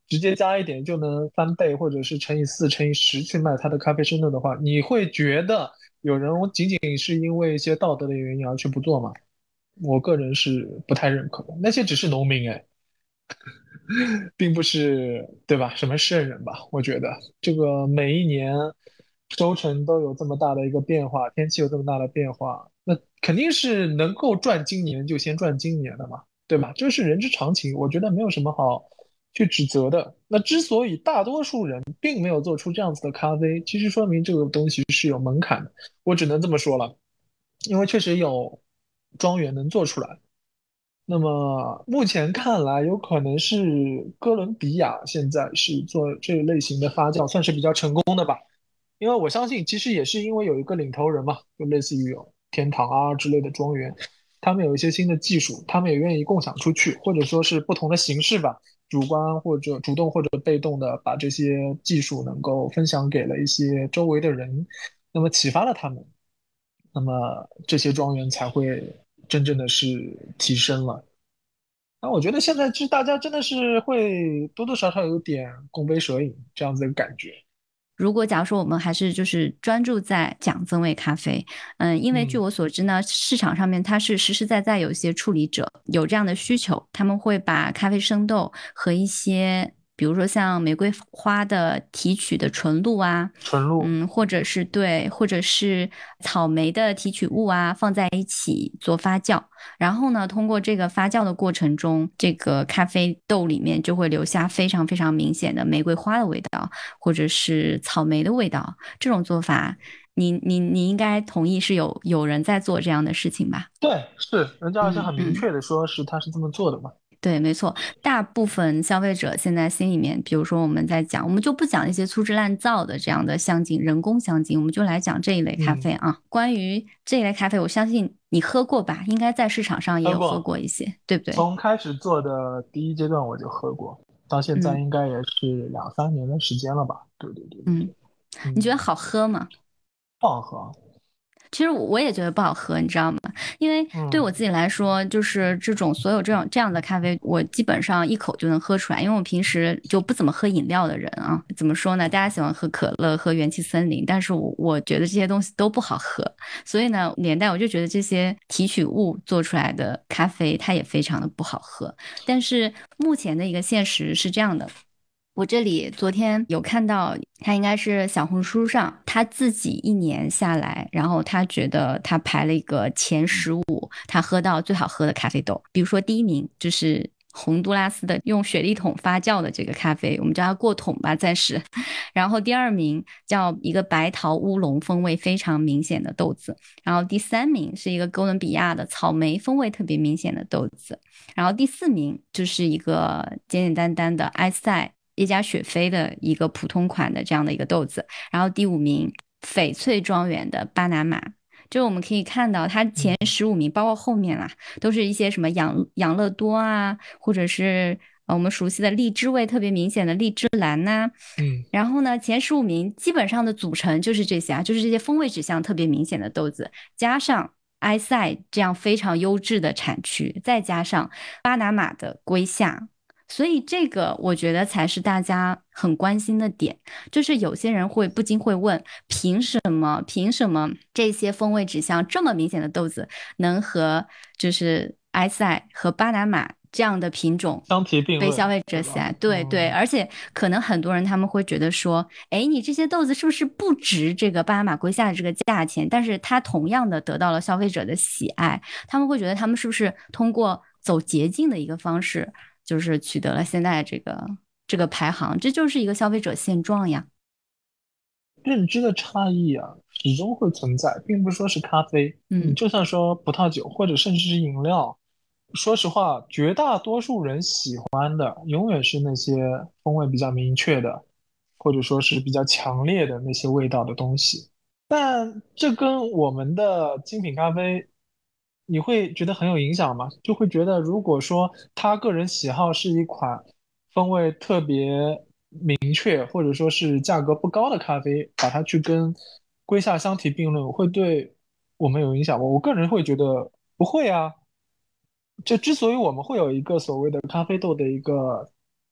直接加一点就能翻倍，或者是乘以4、乘以10去卖它的咖啡生豆的话，你会觉得有人仅仅是因为一些道德的原因而去不做吗？我个人是不太认可的。那些只是农民，哎，并不是，对吧？什么圣人吧？我觉得这个每一年收成都有这么大的一个变化，天气有这么大的变化，那肯定是能够赚今年就先赚今年的嘛，对吧？这是人之常情，我觉得没有什么好去指责的。那之所以大多数人并没有做出这样子的咖啡，其实说明这个东西是有门槛的，我只能这么说了，因为确实有庄园能做出来。那么目前看来，有可能是哥伦比亚现在是做这一类型的发酵，算是比较成功的吧。因为我相信，其实也是因为有一个领头人嘛，就类似于有天堂啊之类的庄园，他们有一些新的技术，他们也愿意共享出去，或者说是不同的形式吧，主观或者主动或者被动的把这些技术能够分享给了一些周围的人，那么启发了他们，那么这些庄园才会真正的是提升了。那我觉得现在是大家真的是会多多少少有点共杯蛇影这样子的感觉。 如果假如说我们还是就是专注在讲增味咖啡，因为据我所知呢，市场上面它是实实在在有一些处理者有这样的需求，他们会把咖啡生豆和一些比如说像玫瑰花的提取的纯露啊， 纯露， 或者是对，或者是草莓的提取物啊，放在一起做发酵。然后呢，通过这个发酵的过程中，这个咖啡豆里面就会留下非常非常明显的玫瑰花的味道，或者是草莓的味道。这种做法，你应该同意是有人在做这样的事情吧？ 对，是人家而且很明嗯嗯。 确的说是他是这么做的嘛。 对，没错，大部分消费者现在心里面，比如说我们在讲，我们就不讲一些粗制滥造的这样的香精、人工香精，我们就来讲这一类咖啡啊。关于这一类咖啡，我相信你喝过吧？应该在市场上也有喝喝过， 过一些，对不对？ 从开始做的第一阶段我就喝过，到现在嗯应该也是2、3年的时间了吧？对对对对嗯， 对， 你觉得好喝吗？ 不好喝。 其实我也觉得不好喝，你知道吗？因为对我自己来说，就是这种所有这样的咖啡，我基本上一口就能喝出来。因为我平时就不怎么喝饮料的人啊，怎么说呢？大家喜欢喝可乐、喝元气森林，但是我觉得这些东西都不好喝，所以呢，连带我就觉得这些提取物做出来的咖啡，它也非常的不好喝。但是目前的一个现实是这样的。我这里昨天有看到，他应该是小红书上他自己一年下来，然后他觉得他排了一个前15，他喝到最好喝的咖啡豆。比如说第一名就是洪都拉斯的用雪莉桶发酵的这个咖啡，我们叫它过桶吧，暂时。然后第二名叫一个白桃乌龙风味非常明显的豆子，然后第三名是一个哥伦比亚的草莓风味特别明显的豆子，然后第4名就是一个简简单单的埃塞耶加雪菲的一个普通款的这样的一个豆子，然后第5名翡翠庄园的巴拿马。就是我们可以看到，它前15名，包括后面啦，都是一些什么养乐多啊，或者是我们熟悉的荔枝味特别明显的荔枝蓝呐、然后呢，前15名基本上的组成就是这些啊，就是这些风味指向特别明显的豆子，加上埃塞这样非常优质的产区，再加上巴拿马的归夏。所以这个我觉得才是大家很关心的点，就是有些人会不禁会问，凭什么这些风味指向这么明显的豆子能和就是埃塞和巴拿马这样的品种相提并论， 被消费者喜爱？对对， 嗯， 而且可能很多人他们会觉得说，哎，你这些豆子是不是不值这个巴拿马归夏的这个价钱？但是它同样的得到了消费者的喜爱，他们会觉得他们是不是通过走捷径的一个方式，就是取得了现在这个排行？这就是一个消费者现状呀。 认知的差异啊，始终会存在，并不是说是咖啡，你嗯就算说葡萄酒或者甚至是饮料，说实话，绝大多数人喜欢的永远是那些风味比较明确的，或者说是比较强烈的那些味道的东西。但这跟我们的精品咖啡，你会觉得很有影响吗？就会觉得，如果说他个人喜好是一款风味特别明确，或者说是价格不高的咖啡，把它去跟瑰夏相提并论，会对我们有影响吗？我个人会觉得不会啊。这之所以我们会有一个所谓的咖啡豆的一个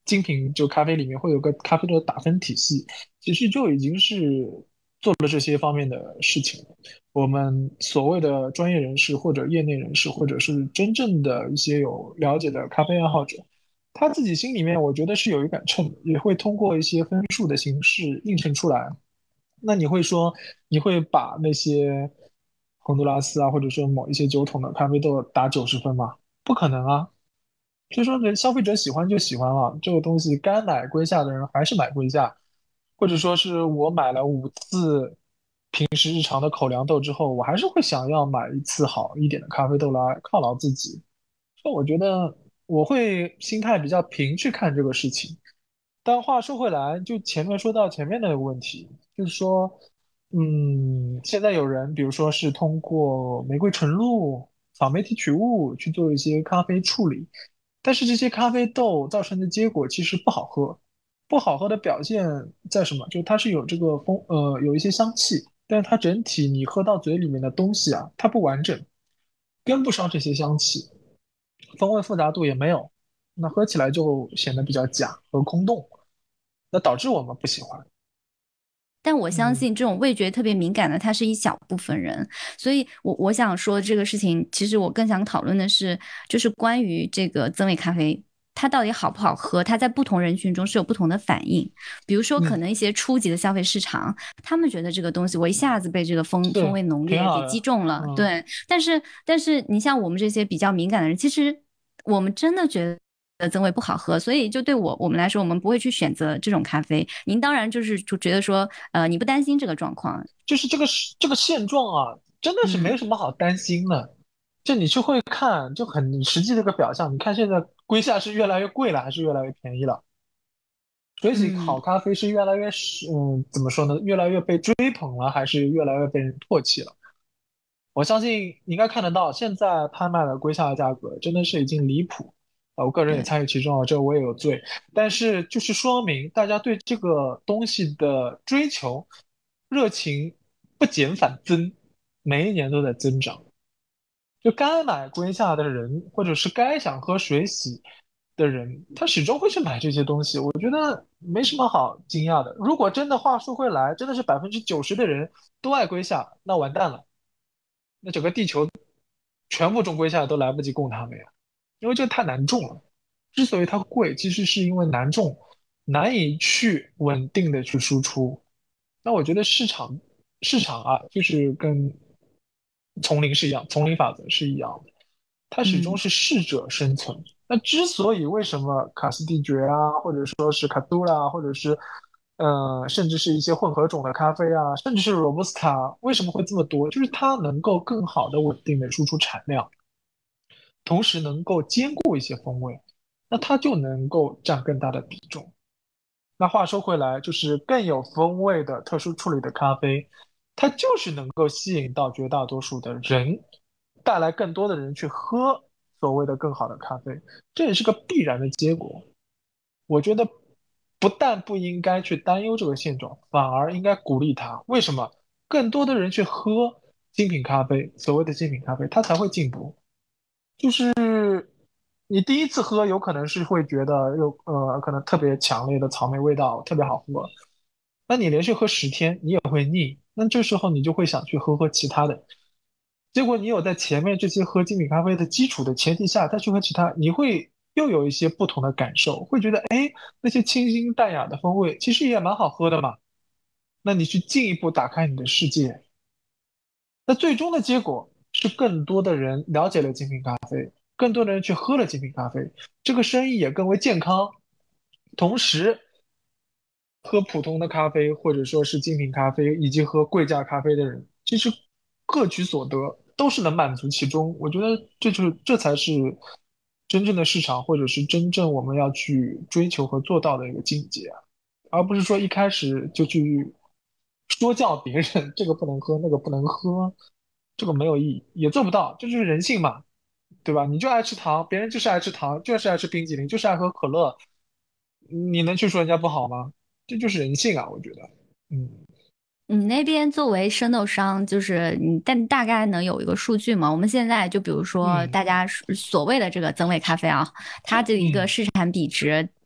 精品就咖啡里面会有个咖啡豆打分体系，其实就已经是做了这些方面的事情了。我们所谓的专业人士或者业内人士，或者是真正的一些有了解的咖啡爱好者，他自己心里面我觉得是有一杆秤的，也会通过一些分数的形式映衬出来。那你会说，你会把那些洪都拉斯啊，或者说某一些酒桶的咖啡豆打90分吗？不可能啊！所以说，人消费者喜欢就喜欢了，这个东西该买归下的人还是买归下，或者说是我买了5次平时日常的口粮豆之后，我还是会想要买一次好一点的咖啡豆来犒劳自己。所以我觉得我会心态比较平去看这个事情。但话说回来，就前面说到前面那个问题，就是说，现在有人，比如说是通过玫瑰纯露、草莓提取物去做一些咖啡处理，但是这些咖啡豆造成的结果其实不好喝。不好喝的表现在什么？就是它是有这个有一些香气，但是它整体你喝到嘴里面的东西啊，它不完整，跟不上这些香气，风味复杂度也没有，那喝起来就显得比较假和空洞，那导致我们不喜欢。 但我相嗯信这种味觉特别敏感的，它是一小部分人，所以我想说这个事情，其实我更想讨论的是，就是关于这个增味咖啡，它到底好不好喝，它在不同人群中是有不同的反应。比如说，可嗯， 能一些初级的消费市场，他们觉得这个东西我一下子被这个风是味浓烈给击挺好的。 中了，对。但是你像我们这些比较敏感的人，其实我们真的觉得增味不好喝，所以就对我们来说，我们不会去选择这种咖啡。您当然就觉得说，你不担心这个状况， 就是这个现状啊，真的是没嗯什么好担心的。就你去会看，就很实际的一个表象。你看现在龟下是越来越贵了，还是越来越便宜了？水洗嗯。 好咖啡是越来越怎么说呢？越来越被追捧了，还是越来越被人唾弃了？我相信你应该看得到，现在拍卖的龟下的价格真的是已经离谱。我个人也对， 参与其中啊，这我也有罪。但是就是说明大家对这个东西的追求热情不减反增，每一年都在增长。就该买龟下的人，或者是该想喝水洗的人，他始终会去买这些东西。我觉得没什么好惊讶的。如果真的话说回来，真的是90%的人都爱龟下，那完蛋了。那整个地球全部种归下来都来不及供他们呀，因为这个太难种了。之所以它贵，其实是因为难种，难以去稳定的去输出。那我觉得市场啊，就是跟丛林是一样，丛林法则是一样的，它始终嗯是适者生存。那之所以为什么卡斯蒂爵啊，或者说是卡杜拉，或者是甚至是一些混合种的咖啡啊，甚至是 Robusta，为什么会这么多？就是它能够更好的稳定的输出产量，同时能够兼顾一些风味，那它就能够占更大的比重。那话说回来，就是更有风味的特殊处理的咖啡，它就是能够吸引到绝大多数的人，带来更多的人去喝所谓的更好的咖啡，这也是个必然的结果。我觉得不但不应该去担忧这个现状，反而应该鼓励它。为什么？更多的人去喝精品咖啡，所谓的精品咖啡，它才会进步。就是你第一次喝，有可能是会觉得可能特别强烈的草莓味道，特别好喝。那你连续喝10天，你也会腻。那这时候你就会想去喝其他的。结果你有在前面这些喝精品咖啡的基础的前提下，再去喝其他，你会又有一些不同的感受，会觉得哎，那些清新淡雅的风味其实也蛮好喝的嘛。那你去进一步打开你的世界，那最终的结果是更多的人了解了精品咖啡，更多的人去喝了精品咖啡，这个生意也更为健康。同时，喝普通的咖啡或者说是精品咖啡，以及喝贵价咖啡的人，其实各取所得，都是能满足其中。我觉得这才是真正的市场，或者是真正我们要去追求和做到的一个境界啊，而不是说一开始就去说教别人这个不能喝，那个不能喝，这个没有意义，也做不到，这就是人性嘛，对吧？你就爱吃糖，别人就是爱吃糖，就是爱吃冰激凌，就是爱喝可乐，你能去说人家不好吗？这就是人性啊，我觉得。嗯你那边作为生豆商，就是你但大概能有一个数据吗？我们现在就比如说嗯大家所谓的这个增味咖啡啊，它的一个嗯市场比值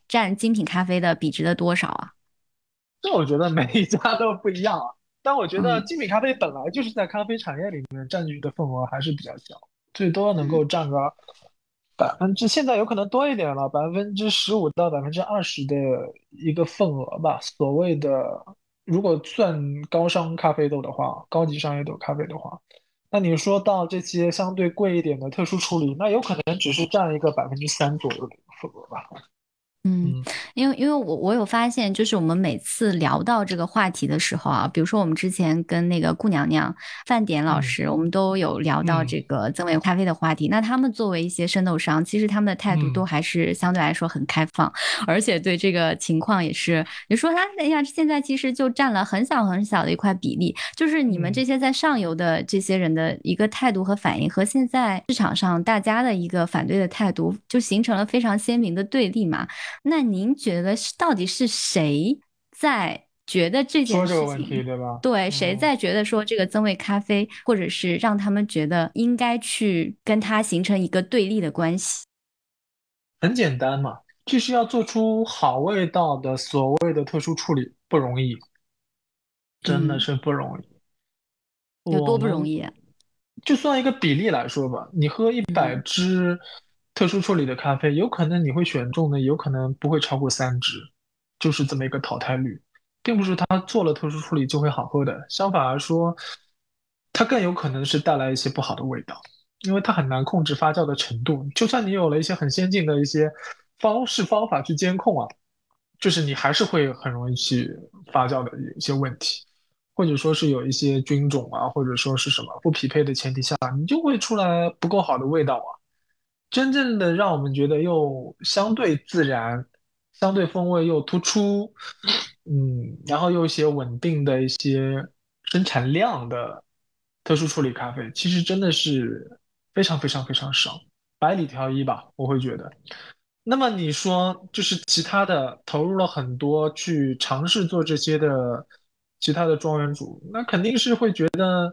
占精品咖啡的比值的多少啊？ 这我觉得每一家都不一样啊。但我觉得嗯精品咖啡本来就是在咖啡产业里面占据的份额还是比较小，最多能够占个现在有可能多一点了，15%到20%的一个份额吧。所谓的如果算高商咖啡豆的话，高级商业豆咖啡的话，那你说到这些相对贵一点的特殊处理，那有可能只是占一个3%左右的一个份额吧。 嗯， 嗯因为我有发现，就是我们每次聊到这个话题的时候啊，比如说我们之前跟那个顾娘娘、范典老嗯师，我们都有聊到这嗯个增味咖啡的话题。那他们作为一些生豆商，其实他们的态度都嗯还是相对来说很开放，而且对这个情况也是，你说他哎呀，现在其实就占了很小很小的一块比例，就是你们嗯。 这些在上游的这些人的一个态度和反应，和现在市场上大家的一个反对的态度，就形成了非常鲜明的对立嘛。那您觉得到底是谁在觉得这件说这个问题， 事情， 对吧？ 对，谁嗯， 在觉得说这个增味咖啡，或者是让他们觉得应该去跟它形成一个对立的关系？ 很简单嘛，就是要做出好味道的所谓的特殊处理，不容易，真的嗯， 是不容易。 有多我们不容易啊？ 就算一个比例来说吧，你喝100 嗯支特殊处理的咖啡，有可能你会选中的，有可能不会超过3支，就是这么一个淘汰率，并不是它做了特殊处理就会好喝的，相反而说，它更有可能是带来一些不好的味道，因为它很难控制发酵的程度。就算你有了一些很先进的一些方法去监控啊，就是你还是会很容易去发酵的有一些问题。或者说是有一些菌种啊，或者说是什么不匹配的前提下，你就会出来不够好的味道啊。真正的让我们觉得又相对自然、相对风味又突出，然后又一些稳定的一些生产量的特殊处理咖啡，其实真的是非常非常非常少，百里挑一吧，我会觉得。那么你说，就是其他的投入了很多去尝试做这些的其他的庄园主，那肯定是会觉得，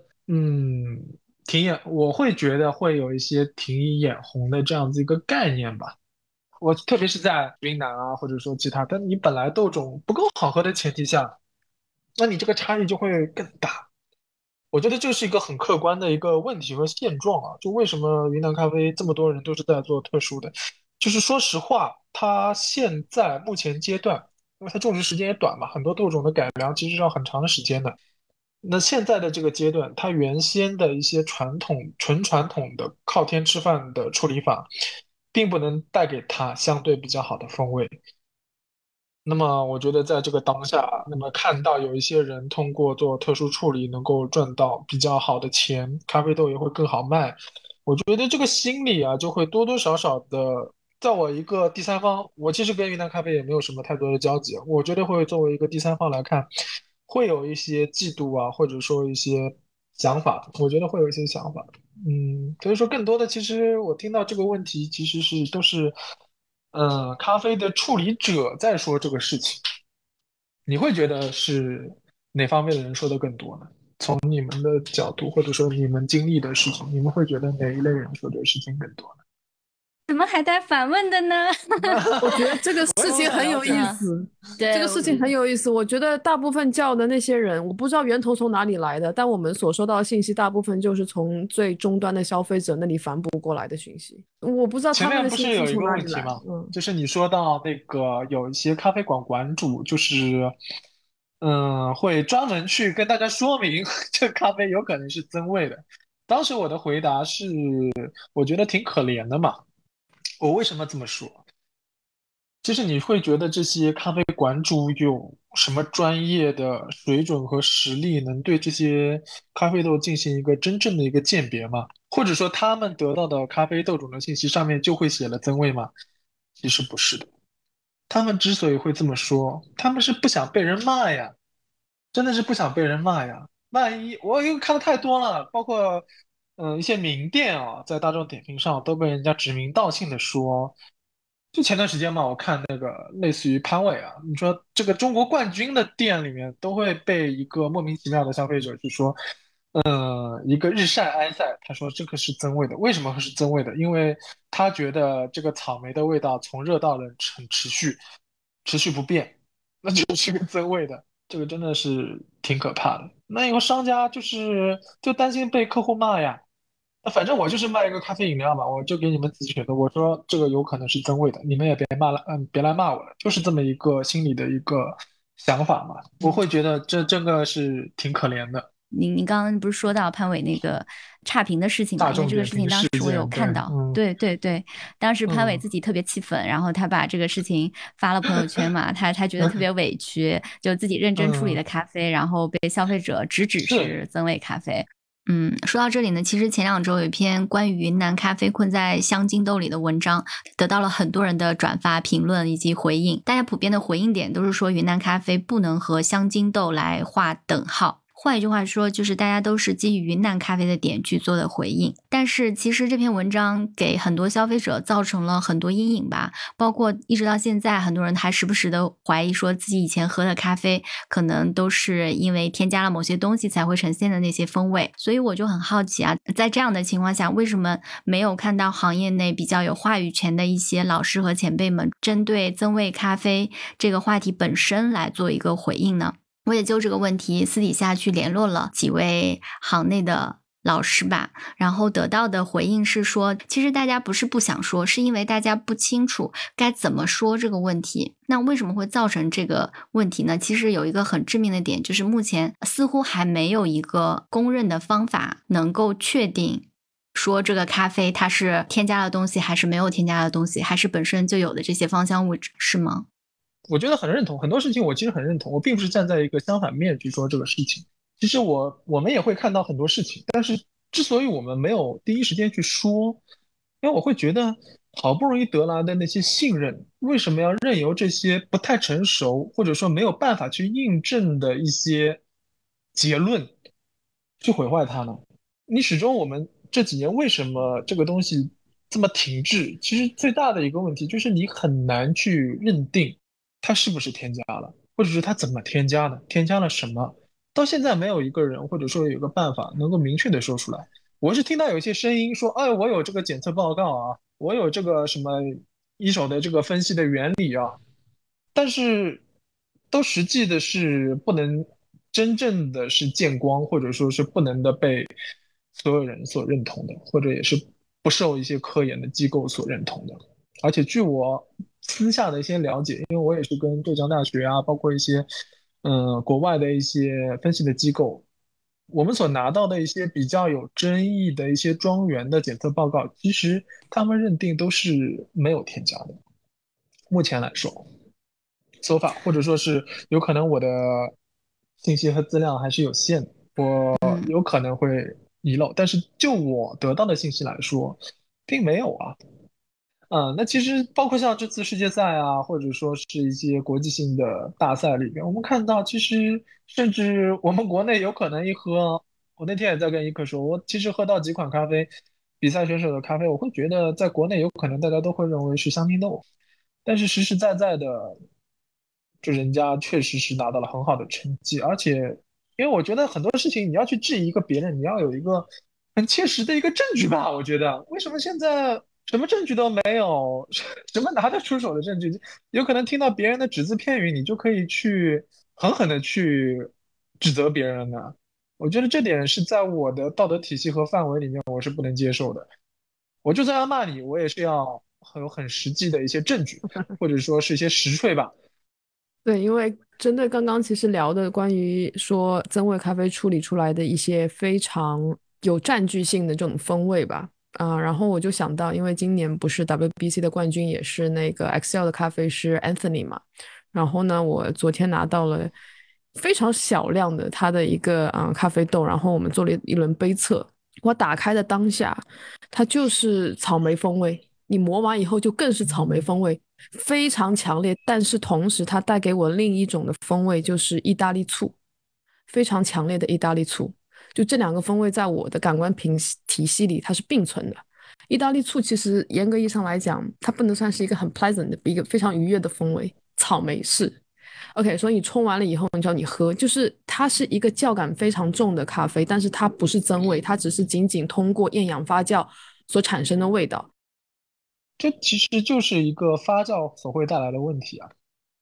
我会觉得会有一些挺眼红的这样子一个概念吧。我特别是在云南啊，或者说其他，但你本来豆种不够好喝的前提下，那你这个差异就会更大。我觉得这是一个很客观的一个问题和现状啊。就为什么云南咖啡这么多人都是在做特殊的？就是说实话，它现在目前阶段，因为它种植时间也短嘛，很多豆种的改良其实要很长的时间的。那现在的这个阶段，它原先的一些纯传统的靠天吃饭的处理法，并不能带给它相对比较好的风味。那么我觉得在这个当下，那么看到有一些人通过做特殊处理能够赚到比较好的钱，咖啡豆也会更好卖。我觉得这个心理啊，就会多多少少的，在我一个第三方，我其实跟云南咖啡也没有什么太多的交集，我觉得会作为一个第三方来看，会有一些嫉妒啊，或者说一些想法，我觉得会有一些想法。所以说更多的其实我听到这个问题，其实都是，咖啡的处理者在说这个事情。你会觉得是哪方面的人说的更多呢？从你们的角度，或者说你们经历的事情，你们会觉得哪一类人说的事情更多呢？ 怎么还带反问的呢？ 我觉得这个我也事情很有意想了解啊。 思， 对， 这个事情很有意思。我觉得大部分叫的那些人，我不知道源头从哪里来的，但我们所收到的信息，大部分就是从最终端的消费者那里反哺过来的讯息。我不知道他们前面的信息不是有一个从哪里来。 问题吗？ 嗯， 就是你说到那个有一些咖啡馆馆主，就是会专门去跟大家说明这咖啡有可能是增味的。当时我的回答是，我觉得挺可怜的嘛。我为什么这么说？其实你会觉得这些咖啡馆主有什么专业的水准和实力，能对这些咖啡豆进行一个真正的一个鉴别吗？或者说他们得到的咖啡豆种的信息上面就会写了增味吗？其实不是的。他们之所以会这么说，他们是不想被人骂呀，真的是不想被人骂呀。万一我又看的太多了，包括一些名店啊，在大众点评上都被人家指名道姓的说，就前段时间嘛，我看那个类似于潘伟啊，你说这个中国冠军的店里面都会被一个莫名其妙的消费者去说，一个日晒埃塞，他说这个是增味的，为什么会是增味的？因为他觉得这个草莓的味道从热到冷很持续， 持续不变，那就是个增味的，这个真的是挺可怕的。那以后商家就担心被客户骂呀。那反正我就是卖一个咖啡饮料嘛，我就给你们自己选择。我说这个有可能是增味的，你们也别骂了，别来骂我了，就是这么一个心里的一个想法嘛。我会觉得这个是挺可怜的。 您刚刚不是说到潘伟那个差评的事情嘛？因为这个事情当时我有看到，对对对，当时潘伟自己特别气愤，然后他把这个事情发了朋友圈嘛，他觉得特别委屈，就自己认真处理的咖啡，然后被消费者直指是增味咖啡。说到这里呢，其实前2周有一篇关于云南咖啡困在香精豆里的文章，得到了很多人的转发、评论以及回应。大家普遍的回应点都是说，云南咖啡不能和香精豆来划等号。换一句话说，就是大家都是基于云南咖啡的点去做的回应。但是其实这篇文章给很多消费者造成了很多阴影吧，包括一直到现在，很多人还时不时的怀疑说自己以前喝的咖啡可能都是因为添加了某些东西才会呈现的那些风味。所以我就很好奇啊，在这样的情况下，为什么没有看到行业内比较有话语权的一些老师和前辈们针对增味咖啡这个话题本身来做一个回应呢？我也就这个问题私底下去联络了几位行内的老师吧，然后得到的回应是说，其实大家不是不想说，是因为大家不清楚该怎么说这个问题。那为什么会造成这个问题呢？其实有一个很致命的点，就是目前似乎还没有一个公认的方法能够确定说这个咖啡它是添加了东西还是没有添加的东西，还是本身就有的这些芳香物质，是吗？ 我觉得很认同，很多事情我其实很认同，我并不是站在一个相反面去说这个事情。其实我们也会看到很多事情，但是之所以我们没有第一时间去说，因为我会觉得好不容易得来的那些信任，为什么要任由这些不太成熟或者说没有办法去印证的一些结论去毁坏它呢？你始终我们这几年为什么这个东西这么停滞？其实最大的一个问题就是你很难去认定它是不是添加了，或者是它怎么添加的，添加了什么。到现在没有一个人或者说有一个办法能够明确的说出来。我是听到有一些声音说，哎，我有这个检测报告啊，我有这个什么一手的这个分析的原理啊，但是都实际的是不能真正的是见光，或者说是不能的被所有人所认同的，或者也是不受一些科研的机构所认同的。而且据我私下的一些了解，因为我也是跟浙江大学啊，包括一些国外的一些分析的机构，我们所拿到的一些比较有争议的一些庄园的检测报告，其实他们认定都是没有添加的。目前来说。说法，或者说是有可能我的信息和资料还是有限的，我有可能会遗漏，但是就我得到的信息来说，并没有啊。那其实包括像这次世界赛啊，或者说是一些国际性的大赛里边，我们看到其实甚至我们国内有可能一喝，我那天也在跟一克说，我其实喝到几款咖啡，比赛选手的咖啡，我会觉得在国内有可能大家都会认为是香精豆，但是实实在在的，就人家确实是拿到了很好的成绩，而且因为我觉得很多事情你要去质疑一个别人，你要有一个很切实的一个证据吧。我觉得为什么现在什么证据都没有，什么拿得出手的证据，有可能听到别人的只字片语，你就可以去狠狠的去指责别人呢？我觉得这点是在我的道德体系和范围里面，我是不能接受的。我就算要骂你，我也是要很实际的一些证据，或者说是一些实锤吧。 对，因为针对刚刚其实聊的关于说增味咖啡处理出来的一些非常有占据性的这种风味吧，然后我就想到，因为今年不是 WBC 的冠军也是那个 Excel 的咖啡师 Anthony 嘛，然后呢，我昨天拿到了非常小量的他的一个咖啡豆，然后我们做了一轮杯测，我打开的当下，它就是草莓风味，你磨完以后就更是草莓风味。非常强烈，但是同时它带给我另一种的风味，就是意大利醋，非常强烈的意大利醋。就这两个风味在我的感官体系里它是并存的。意大利醋其实严格意义上来讲，它不能算是一个很 pleasant 的一个非常愉悦的风味，草莓是。OK，所以你冲完了以后，你叫你喝，就是它是一个酵感非常重的咖啡，但是它不是增味，它只是仅仅通过厌氧发酵所产生的味道。 这其实就是一个发酵所会带来的问题啊。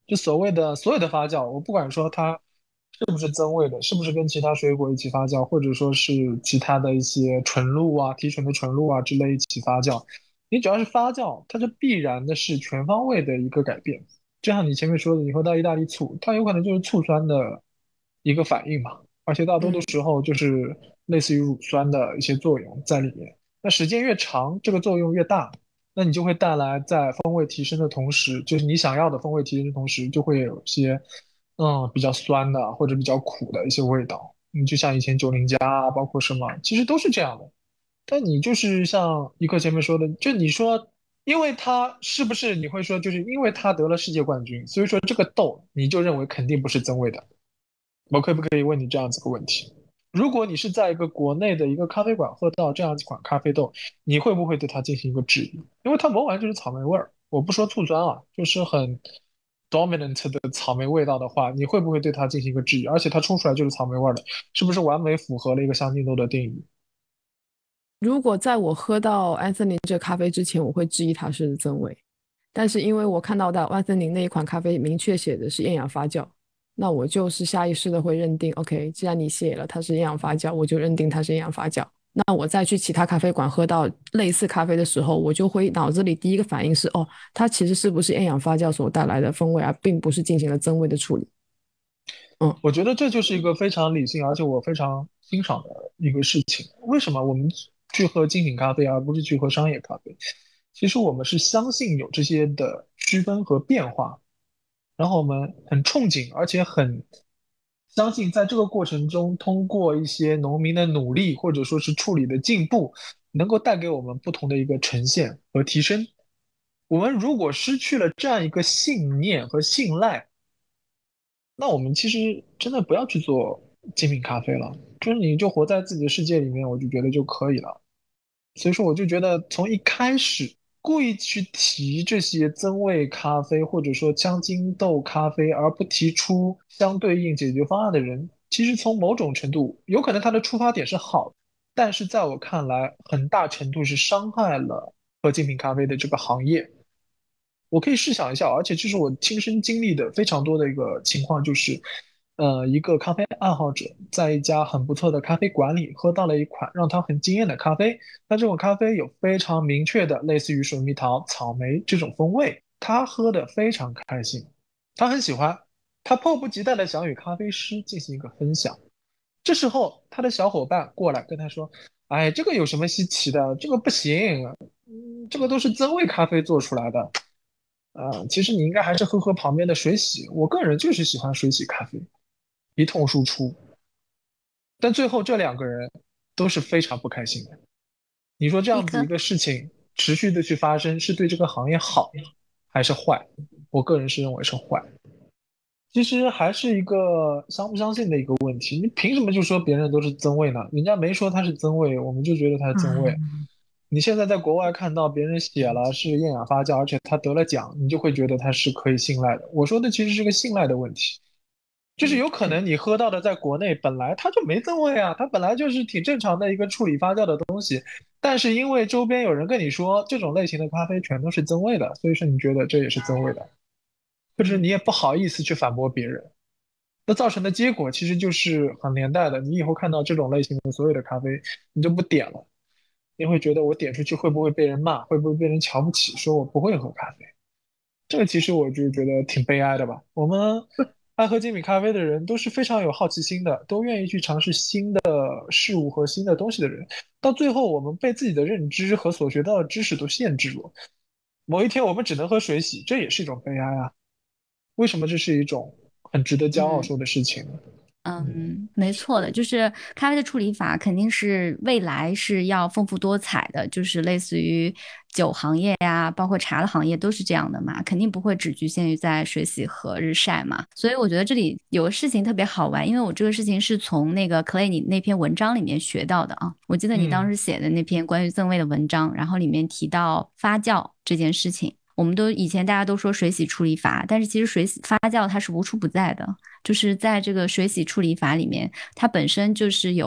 就所谓的所有的发酵，我不管说它是不是增味的，是不是跟其他水果一起发酵，或者说是其他的一些纯露啊、提纯的纯露啊之类一起发酵，你只要是发酵，它就必然的是全方位的一个改变。就像你前面说的，你喝到意大利醋，它有可能就是醋酸的一个反应嘛，而且大多的时候就是类似于乳酸的一些作用在里面。那时间越长，这个作用越大，那你就会带来在风味提升的同时，就是你想要的风味提升的同时，就会有一些比较酸的或者比较苦的一些味道。就像以前九零加啊，包括什么，其实都是这样的。但你就是像一克前面说的，就你说，因为他是不是你会说，就是因为他得了世界冠军，所以说这个豆你就认为肯定不是增味的？我可不可以问你这样子个问题？如果你是在一个国内的一个咖啡馆喝到这样几款咖啡豆，你会不会对它进行一个质疑？因为它闻完就是草莓味儿，我不说醋酸啊，就是很 dominant 的草莓味道的话，你会不会对它进行一个质疑？而且它冲出来就是草莓味儿的，是不是完美符合了一个香精豆的定义？ 如果在我喝到安森林这咖啡之前，我会质疑它是增味，但是因为我看到的安森林那一款咖啡明确写的是厌氧发酵，那我就是下意识的会认定，OK，既然你写了它是厌氧发酵，我就认定它是厌氧发酵。那我再去其他咖啡馆喝到类似咖啡的时候，我就会脑子里第一个反应是，哦，它其实是不是厌氧发酵所带来的风味，而并不是进行了增味的处理。 我觉得这就是一个非常理性，而且我非常欣赏的一个事情。为什么我们去喝精品咖啡，而不是去喝商业咖啡？其实我们是相信有这些的区分和变化，然后我们很憧憬，而且很相信在这个过程中，通过一些农民的努力，或者说是处理的进步，能够带给我们不同的一个呈现和提升。我们如果失去了这样一个信念和信赖，那我们其实真的不要去做精品咖啡了，就是你就活在自己的世界里面，我就觉得就可以了。所以说，我就觉得从一开始故意去提这些增味咖啡或者说香精豆咖啡，而不提出相对应解决方案的人，其实从某种程度，有可能他的出发点是好的，但是在我看来，很大程度是伤害了喝精品咖啡的这个行业。我可以试想一下，而且这是我亲身经历的非常多的一个情况，就是，一个咖啡爱好者在一家很不错的咖啡馆里喝到了一款让他很惊艳的咖啡，那这种咖啡有非常明确的类似于水蜜桃、草莓这种风味，他喝得非常开心，他很喜欢，他迫不及待的想与咖啡师进行一个分享。这时候，他的小伙伴过来跟他说：“哎，这个有什么稀奇的？这个不行，这个都是增味咖啡做出来的。其实你应该还是喝喝旁边的水洗。我个人就是喜欢水洗咖啡，一通输出。但最后这两个人都是非常不开心的。你说这一颗样子一个事情持续的去发生，是对这个行业好还是坏？我个人是认为是坏。其实还是一个相不相信的一个问题。你凭什么就说别人都是增味呢？人家没说它是增味，我们就觉得它是增味。你现在在国外看到别人写了是厌氧发酵，而且他得了奖，你就会觉得他是可以信赖的。我说的其实是个信赖的问题，就是有可能你喝到的在国内本来它就没增味啊，它本来就是挺正常的一个处理发酵的东西，但是因为周边有人跟你说这种类型的咖啡全都是增味的，所以说你觉得这也是增味的。或者你也不好意思去反驳别人，那造成的结果其实就是很连带的。你以后看到这种类型的所有的咖啡，你就不点了，你会觉得我点出去会不会被人骂，会不会被人瞧不起，说我不会喝咖啡。这个其实我就觉得挺悲哀的吧。我们爱喝精品咖啡的人都是非常有好奇心的，都愿意去尝试新的事物和新的东西的人。到最后，我们被自己的认知和所学到的知识都限制了。某一天我们只能喝水洗，这也是一种悲哀啊。为什么这是一种很值得骄傲嗯。 说的事情呢？ 没错的，就是咖啡的处理法肯定是未来是要丰富多彩的，就是类似于酒行业呀，包括茶的行业都是这样的嘛，肯定不会只局限于在水洗和日晒嘛。所以我觉得这里有个事情特别好玩，因为我这个事情是从那个 Clay 你那篇文章里面学到的啊。我记得你当嗯时写的那篇关于赠味的文章，然后里面提到发酵这件事情。我们都以前大家都说水洗处理法，但是其实水洗发酵它是无处不在的，就是在这个水洗处理法里面，它本身就是有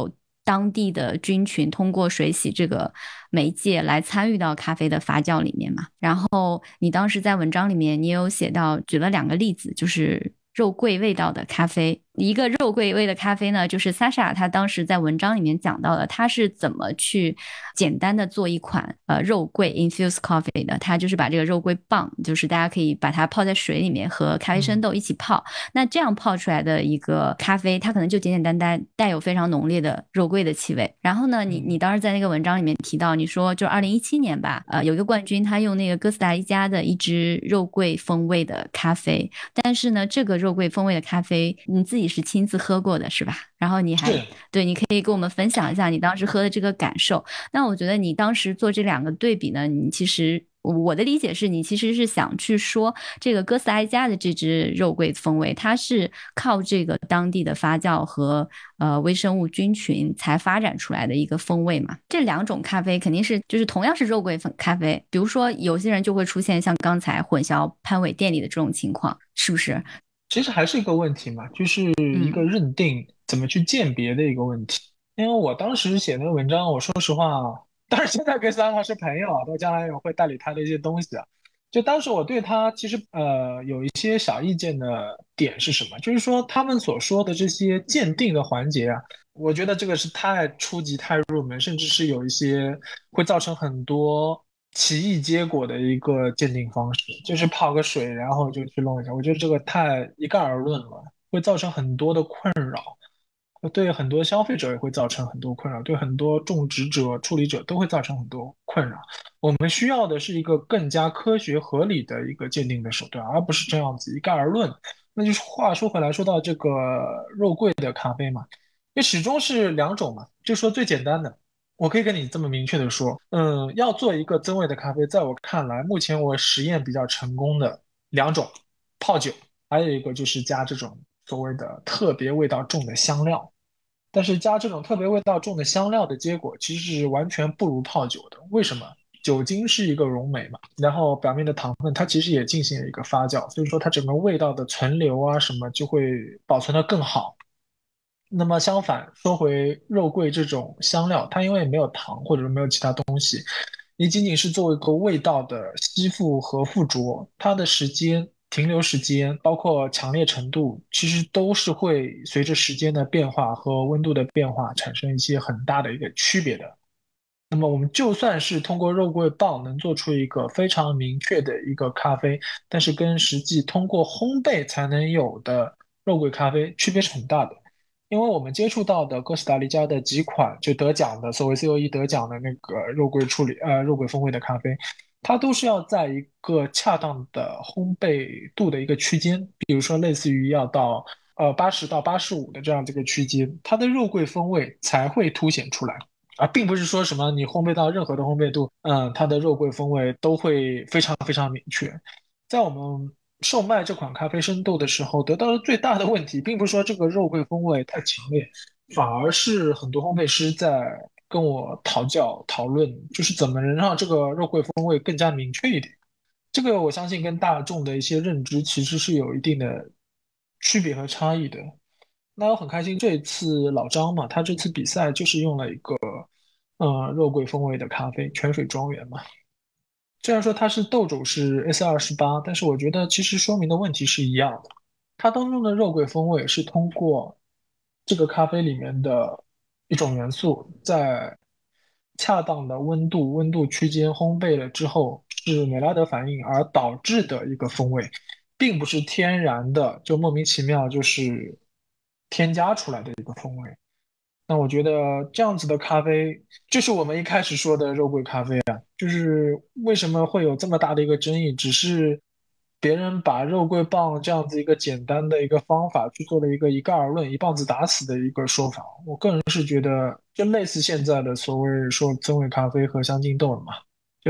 当地的菌群通过水洗这个媒介来参与到咖啡的发酵里面嘛。然后你当时在文章里面你也有写到，举了2个例子，就是肉桂味道的咖啡。一个肉桂味的咖啡呢，就是 Sasha 他当时在文章里面讲到了他是怎么去简单的做一款肉桂 infused coffee 的。他就是把这个肉桂棒，就是大家可以把它泡在水里面和咖啡生豆一起泡，那这样泡出来的一个咖啡，它可能就简简单单带有非常浓烈的肉桂的气味。然后呢，你当时在那个文章里面提到，你说就2017年吧，有一个冠军他用那个哥斯达黎加的一支肉桂风味的咖啡，但是呢，这个肉桂风味的咖啡你自己是亲自喝过的是吧？然后你还对，你可以跟我们分享一下你当时喝的这个感受。那我觉得你当时做这2个对比呢，你其实我的理解是你其实是想去说这个哥斯达黎加的这支肉桂风味，它是靠这个当地的发酵和微生物菌群才发展出来的一个风味嘛。这2种咖啡肯定是就是同样是肉桂咖啡，比如说有些人就会出现像刚才混淆潘伟店里的这种情况，是不是？ 其实还是一个问题嘛，就是一个认定怎么去鉴别的一个问题。因为我当时写那个文章，我说实话，当然现在跟三号是朋友，到将来也会代理他的一些东西啊。就当时我对他其实有一些小意见的点是什么？就是说他们所说的这些鉴定的环节啊，我觉得这个是太初级、太入门，甚至是有一些会造成很多奇异结果的一个鉴定方式，就是泡个水，然后就去弄一下。我觉得这个太一概而论了，会造成很多的困扰，对很多消费者也会造成很多困扰，对很多种植者、处理者都会造成很多困扰。我们需要的是一个更加科学合理的一个鉴定的手段，而不是这样子一概而论。那就是话说回来，说到这个肉桂的咖啡嘛，也始终是2种嘛，就说最简单的。我可以跟你这么明确的说，要做一个增味的咖啡，在我看来，目前我实验比较成功的2种，泡酒，还有一个就是加这种所谓的特别味道重的香料。但是加这种特别味道重的香料的结果，其实是完全不如泡酒的。为什么？酒精是一个溶酶嘛，然后表面的糖分它其实也进行了一个发酵，所以说它整个味道的存留啊什么就会保存的更好。那么相反，说回肉桂这种香料，它因为没有糖或者没有其他东西，你仅仅是作为一个味道的吸附和附着，它的时间、停留时间，包括强烈程度，其实都是会随着时间的变化和温度的变化产生一些很大的一个区别的。那么我们就算是通过肉桂棒能做出一个非常明确的一个咖啡，但是跟实际通过烘焙才能有的肉桂咖啡区别是很大的。因为我们接触到的哥斯达黎加的几款就得奖的，所谓 COE 得奖的那个肉桂风味的咖啡，它都是要在一个恰当的烘焙度的一个区间，比如说类似于要到80到85的这样这个区间，它的肉桂风味才会凸显出来。并不是说什么你烘焙到任何的烘焙度，它的肉桂风味都会非常非常明确。在我们售卖这款咖啡生豆的时候，得到的最大的问题，并不是说这个肉桂风味太强烈，反而是很多烘焙师在跟我讨论，就是怎么能让这个肉桂风味更加明确一点。这个我相信跟大众的一些认知其实是有一定的区别和差异的。那我很开心，这一次老张嘛，他这次比赛就是用了一个肉桂风味的咖啡，泉水庄园嘛。虽然说它是豆种是 S28，但是我觉得其实说明的问题是一样的。它当中的肉桂风味是通过这个咖啡里面的一种元素，在恰当的温度区间烘焙了之后，是美拉德反应而导致的一个风味，并不是天然的就莫名其妙就是添加出来的一个风味。那我觉得这样子的咖啡，就是我们一开始说的肉桂咖啡啊，就是为什么会有这么大的一个争议，只是别人把肉桂棒这样子一个简单的一个方法去做了一个一概而论、一棒子打死的一个说法。我个人是觉得，就类似现在的所谓说增味咖啡和香精豆了嘛，就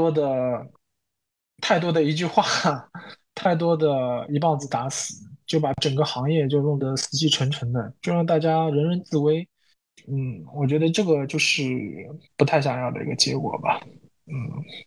太多的一句话，太多的一棒子打死，就把整个行业就弄得死气沉沉的，就让大家人人自危。我觉得这个就是不太想要的一个结果吧。嗯，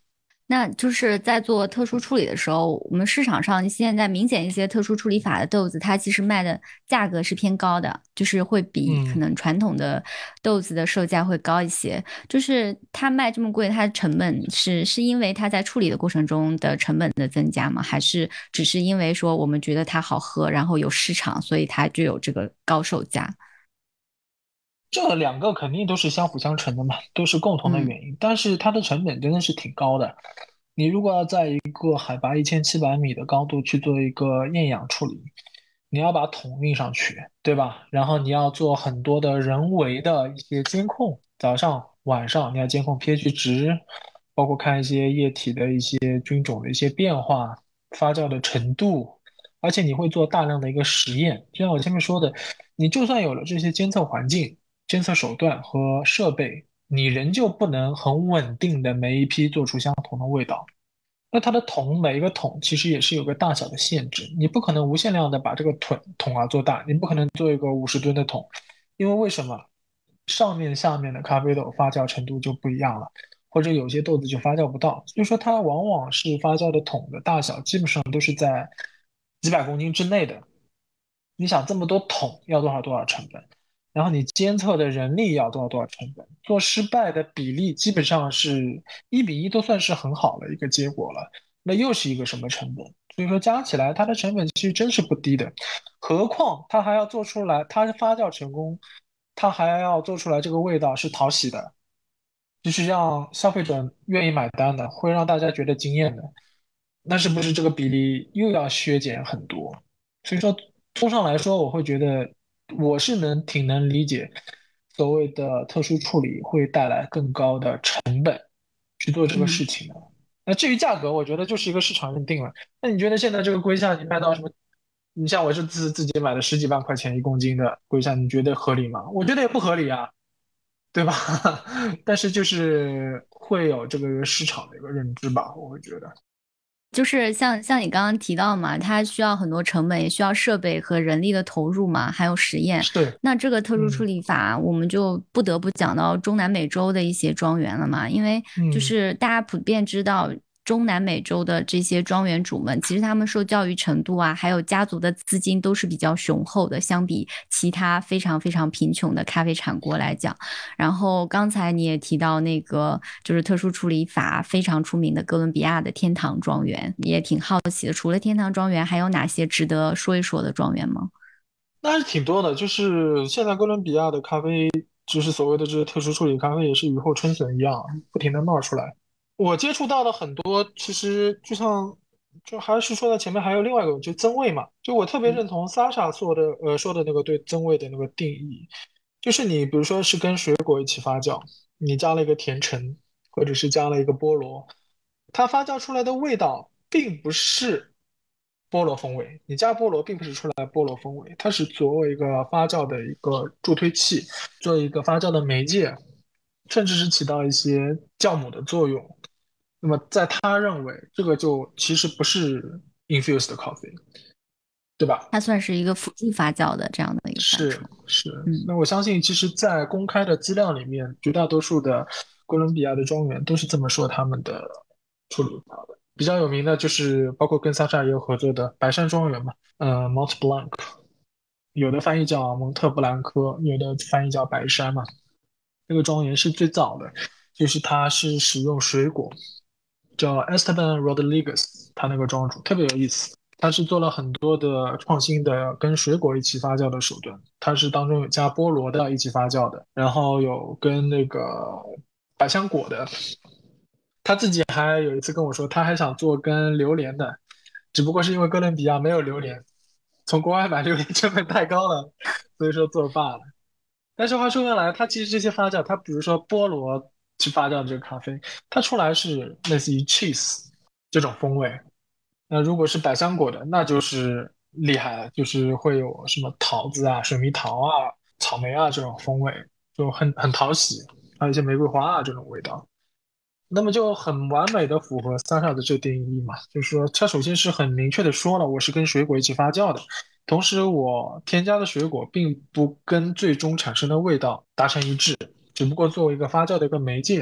那就是在做特殊处理的时候，我们市场上现在明显一些特殊处理法的豆子，它其实卖的价格是偏高的，就是会比可能传统的豆子的售价会高一些。就是它卖这么贵，它的成本是因为它在处理的过程中的成本的增加吗？还是只是因为说我们觉得它好喝，然后有市场，所以它就有这个高售价？ 这两个肯定都是相辅相成的嘛，都是共同的原因。但是它的成本真的是挺高的。你如果要在一个海拔1700米的高度去做一个厌氧处理，你要把桶运上去，对吧？然后你要做很多的人为的一些监控，早上、晚上你要监控 pH 值，包括看一些液体的一些菌种的一些变化、发酵的程度，而且你会做大量的一个实验。就像我前面说的，你就算有了这些监测环境、监测手段和设备，你仍旧不能很稳定的每一批做出相同的味道。那它的桶，每一个桶其实也是有个大小的限制，你不可能无限量的把这个桶做大，你不可能做一个50吨的桶，因为为什么？上面下面的咖啡豆发酵程度就不一样了，或者有些豆子就发酵不到，所以说它往往是发酵的桶的大小基本上都是在几百公斤之内的。你想这么多桶要多少成本？然后你监测的人力要多少成本？做失败的比例基本上是1:1，都算是很好的一个结果了。那又是一个什么成本？所以说加起来它的成本其实真是不低的。何况它还要做出来，它发酵成功，它还要做出来这个味道是讨喜的，就是让消费者愿意买单的，会让大家觉得惊艳的。那是不是这个比例又要削减很多？所以说，综上来说，我会觉得我是挺能理解所谓的特殊处理会带来更高的成本去做这个事情的。那至于价格，我觉得就是一个市场认定了。那你觉得现在这个龟下你卖到什么？你像我是自己买的十几万块钱1公斤的龟下，你觉得合理吗？我觉得也不合理啊，对吧？但是就是会有这个市场的一个认知吧，我会觉得。 就是像你刚刚提到嘛，它需要很多成本，也需要设备和人力的投入嘛，还有实验。 是， 那这个特殊处理法，我们就不得不讲到中南美洲的一些庄园了嘛，因为就嗯， 是大家普遍知道。中南美洲的这些庄园主们，其实他们受教育程度啊，还有家族的资金都是比较雄厚的，相比其他非常非常贫穷的咖啡产国来讲。然后刚才你也提到那个就是特殊处理法非常出名的哥伦比亚的天堂庄园，也挺好奇的。除了天堂庄园，还有哪些值得说一说的庄园吗？ 那还是挺多的。就是现在哥伦比亚的咖啡，就是所谓的这些特殊处理咖啡，也是雨后春笋一样，不停的冒出来。我接触到的很多，其实就还是说在前面还有另外一个，就增味嘛。就我特别认同 Sasha 说的那个对增味的那个定义，就是你比如说是跟水果一起发酵，你加了一个甜橙，或者是加了一个菠萝，它发酵出来的味道并不是菠萝风味，你加菠萝并不是出来菠萝风味，它是作为一个发酵的一个助推器，作为一个发酵的媒介，甚至是起到一些酵母的作用。那么在他认为，这个就其实不是 infused coffee，对吧？ 它算是一个辅助发酵的这样的一个范是畴。 是， 嗯。 那我相信，其实，在公开的资料里面，绝大多数的哥伦比亚的庄园都是这么说他们的处理法的。比较有名的就是包括跟萨莎也有合作的白山庄园嘛，Mont Blanc，有的翻译叫蒙特布兰科，有的翻译叫白山嘛。这个庄园是最早的，就是它是使用水果，叫 Esteban Rodriguez，他那个庄主特别有意思。它是做了很多的创新的跟水果一起发酵的手段，它是当中有加菠萝的一起发酵的，然后有跟那个百香果的。他自己还有一次跟我说，他还想做跟榴莲的，只不过是因为哥伦比亚没有榴莲，从国外买榴莲成本太高了，所以说作罢了。但是话说回来，它其实这些发酵，它比如说菠萝去发酵这个咖啡，它出来是类似于 cheese 这种风味。那如果是百香果的，那就是厉害了，就是会有什么桃子啊、水蜜桃啊、草莓啊这种风味，就很讨喜，还有一些玫瑰花啊这种味道。那么就很完美的符合 Sasha 的这个定义嘛，就是说它首先是很明确的说了，我是跟水果一起发酵的，同时我添加的水果并不跟最终产生的味道达成一致，只不过作为一个发酵的一个媒介。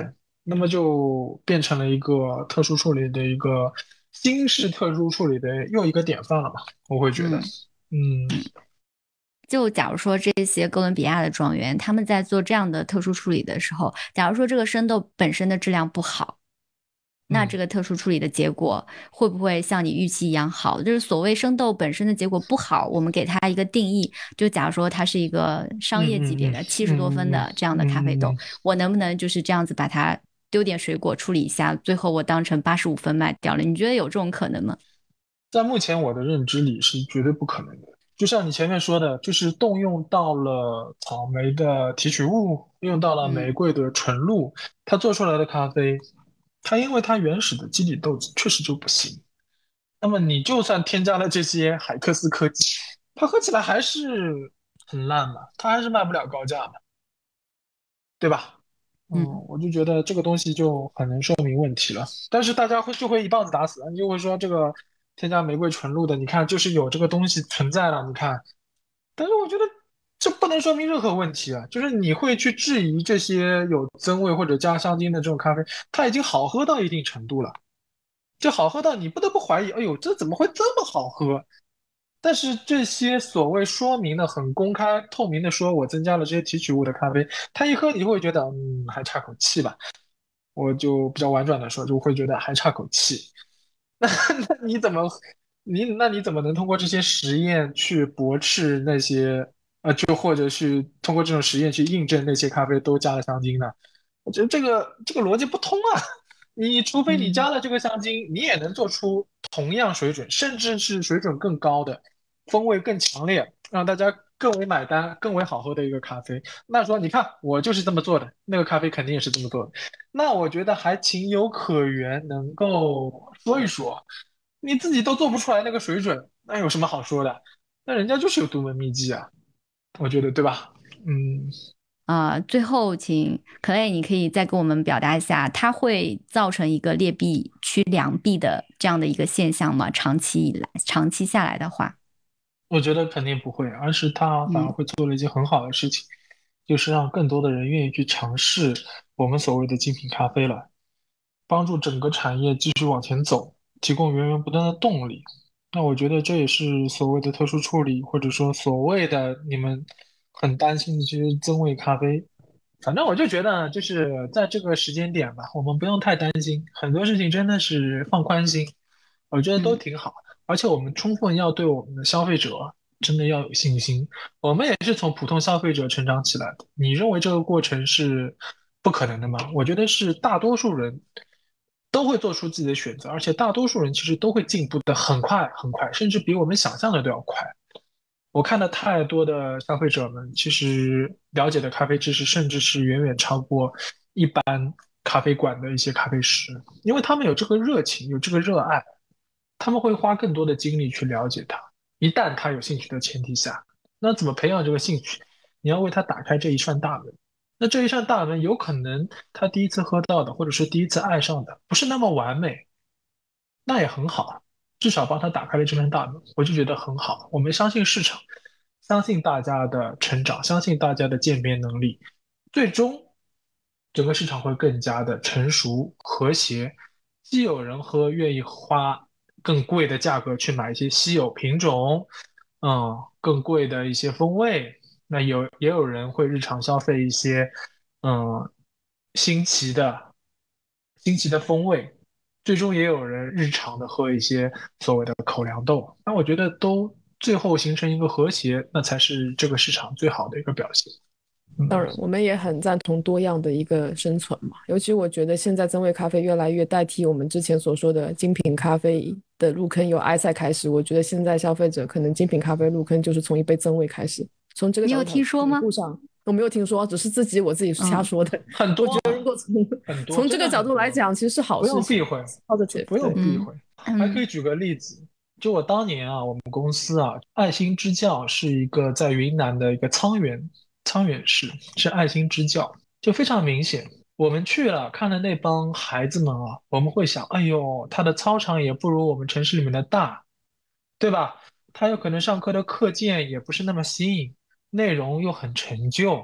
那么就变成了一个特殊处理的一个新式特殊处理的又一个典范了嘛，我会觉得， 嗯嗯嗯。就假如说这些哥伦比亚的庄园，他们在做这样的特殊处理的时候，假如说这个生豆本身的质量不好，那这嗯个特殊处理的结果会不会像你预期一样好？就是所谓生豆本身的结果不好，我们给它一个定义，就假如说它是一个商业级别嗯嗯的70多分嗯的这样的咖啡豆， 嗯嗯， 我能不能就是这样子把它丢点水果处理一下，最后我当成85分卖掉了？你觉得有这种可能吗？ 在目前我的认知里是绝对不可能的。就像你前面说的，就是动用到了草莓的提取物，用到了玫嗯瑰的纯露，它做出来的咖啡，它因为它原始的基底豆子确实就不行。那么你就算添加了这些海克斯科技，它喝起来还是很烂嘛，它还是卖不了高价嘛，对吧？ 嗯我就觉得这个东西就很能说明问题了。但是大家就会一棒子打死，你就会说这个添加玫瑰纯露的，你看就是有这个东西存在了，你看。但是我觉得这不能说明任何问题啊，就是你会去质疑这些有增味或者加香精的这种咖啡，它已经好喝到一定程度了，就好喝到你不得不怀疑，哎呦，这怎么会这么好喝？但是这些所谓说明的很公开透明的说，我增加了这些提取物的咖啡，它一喝你会觉得，还差口气吧。我就比较婉转的说，就会觉得还差口气。那你怎么，那你怎么能通过这些实验去驳斥那些，就或者去通过这种实验去印证那些咖啡都加了香精呢？我觉得这个逻辑不通啊。你除非你嗯加了这个香精，你也能做出同样水准，甚至是水准更高的，风味更强烈，让大家更为买单、更为好喝的一个咖啡。那说你看我就是这么做的，那个咖啡肯定也是这么做的，那我觉得还情有可原，能够说一说。你自己都做不出来那个水准，那有什么好说的？那人家就是有独门秘籍啊，我觉得对吧？嗯。 最后请 Clay，你可以再跟我们表达一下，它会造成一个劣币驱良币的这样的一个现象吗？长期以来，长期下来的话， 我觉得肯定不会，而是他反而嗯会做了一件很好的事情，就是让更多的人愿意去尝试我们所谓的精品咖啡了，帮助整个产业继续往前走，提供源源不断的动力。那我觉得这也是所谓的特殊处理，或者说所谓的你们很担心的这些增味咖啡。反正我就觉得，就是在这个时间点吧，我们不用太担心，很多事情真的是放宽心，我觉得都嗯挺好。而且我们充分要对我们的消费者真的要有信心。我们也是从普通消费者成长起来的。你认为这个过程是不可能的吗？我觉得是大多数人都会做出自己的选择，而且大多数人其实都会进步的很快很快，甚至比我们想象的都要快。我看到太多的消费者们，其实了解的咖啡知识，甚至是远远超过一般咖啡馆的一些咖啡师，因为他们有这个热情，有这个热爱。他们会花更多的精力去了解它。一旦他有兴趣的前提下，那怎么培养这个兴趣？你要为他打开这一扇大门。那这一扇大门，有可能他第一次喝到的，或者是第一次爱上的，不是那么完美，那也很好，至少帮他打开了这扇大门，我就觉得很好。我们相信市场，相信大家的成长，相信大家的鉴别能力，最终整个市场会更加的成熟和谐。既有人喝，愿意花更贵的价格去买一些稀有品种，更贵的一些风味。那也有人会日常消费一些，嗯，新奇的新奇的风味。最终也有人日常的喝一些所谓的口粮豆。那我觉得都最后形成一个和谐，那才是这个市场最好的一个表现。 当然，我们也很赞同多样的一个生存嘛。尤其我觉得现在增味咖啡越来越代替我们之前所说的精品咖啡的入坑，由埃塞开始。我觉得现在消费者可能精品咖啡入坑就是从一杯增味开始。从这个你有角度听说吗？ 上，我没有听说，只是我自己瞎嗯说的。 很多啊， 我觉得如果很多， 从这个角真的很多， 度来讲，其实是好不事情用避讳，就 ，positive。 不用对， 嗯避讳。还可以嗯举个例子，就我当年啊，我们公司啊，爱心支教是一个在云南的一个沧源市，是爱心支教，就非常明显。我们去了，看了那帮孩子们啊，我们会想，哎呦，他的操场也不如我们城市里面的大，对吧？他有可能上课的课件也不是那么新颖，内容又很陈旧，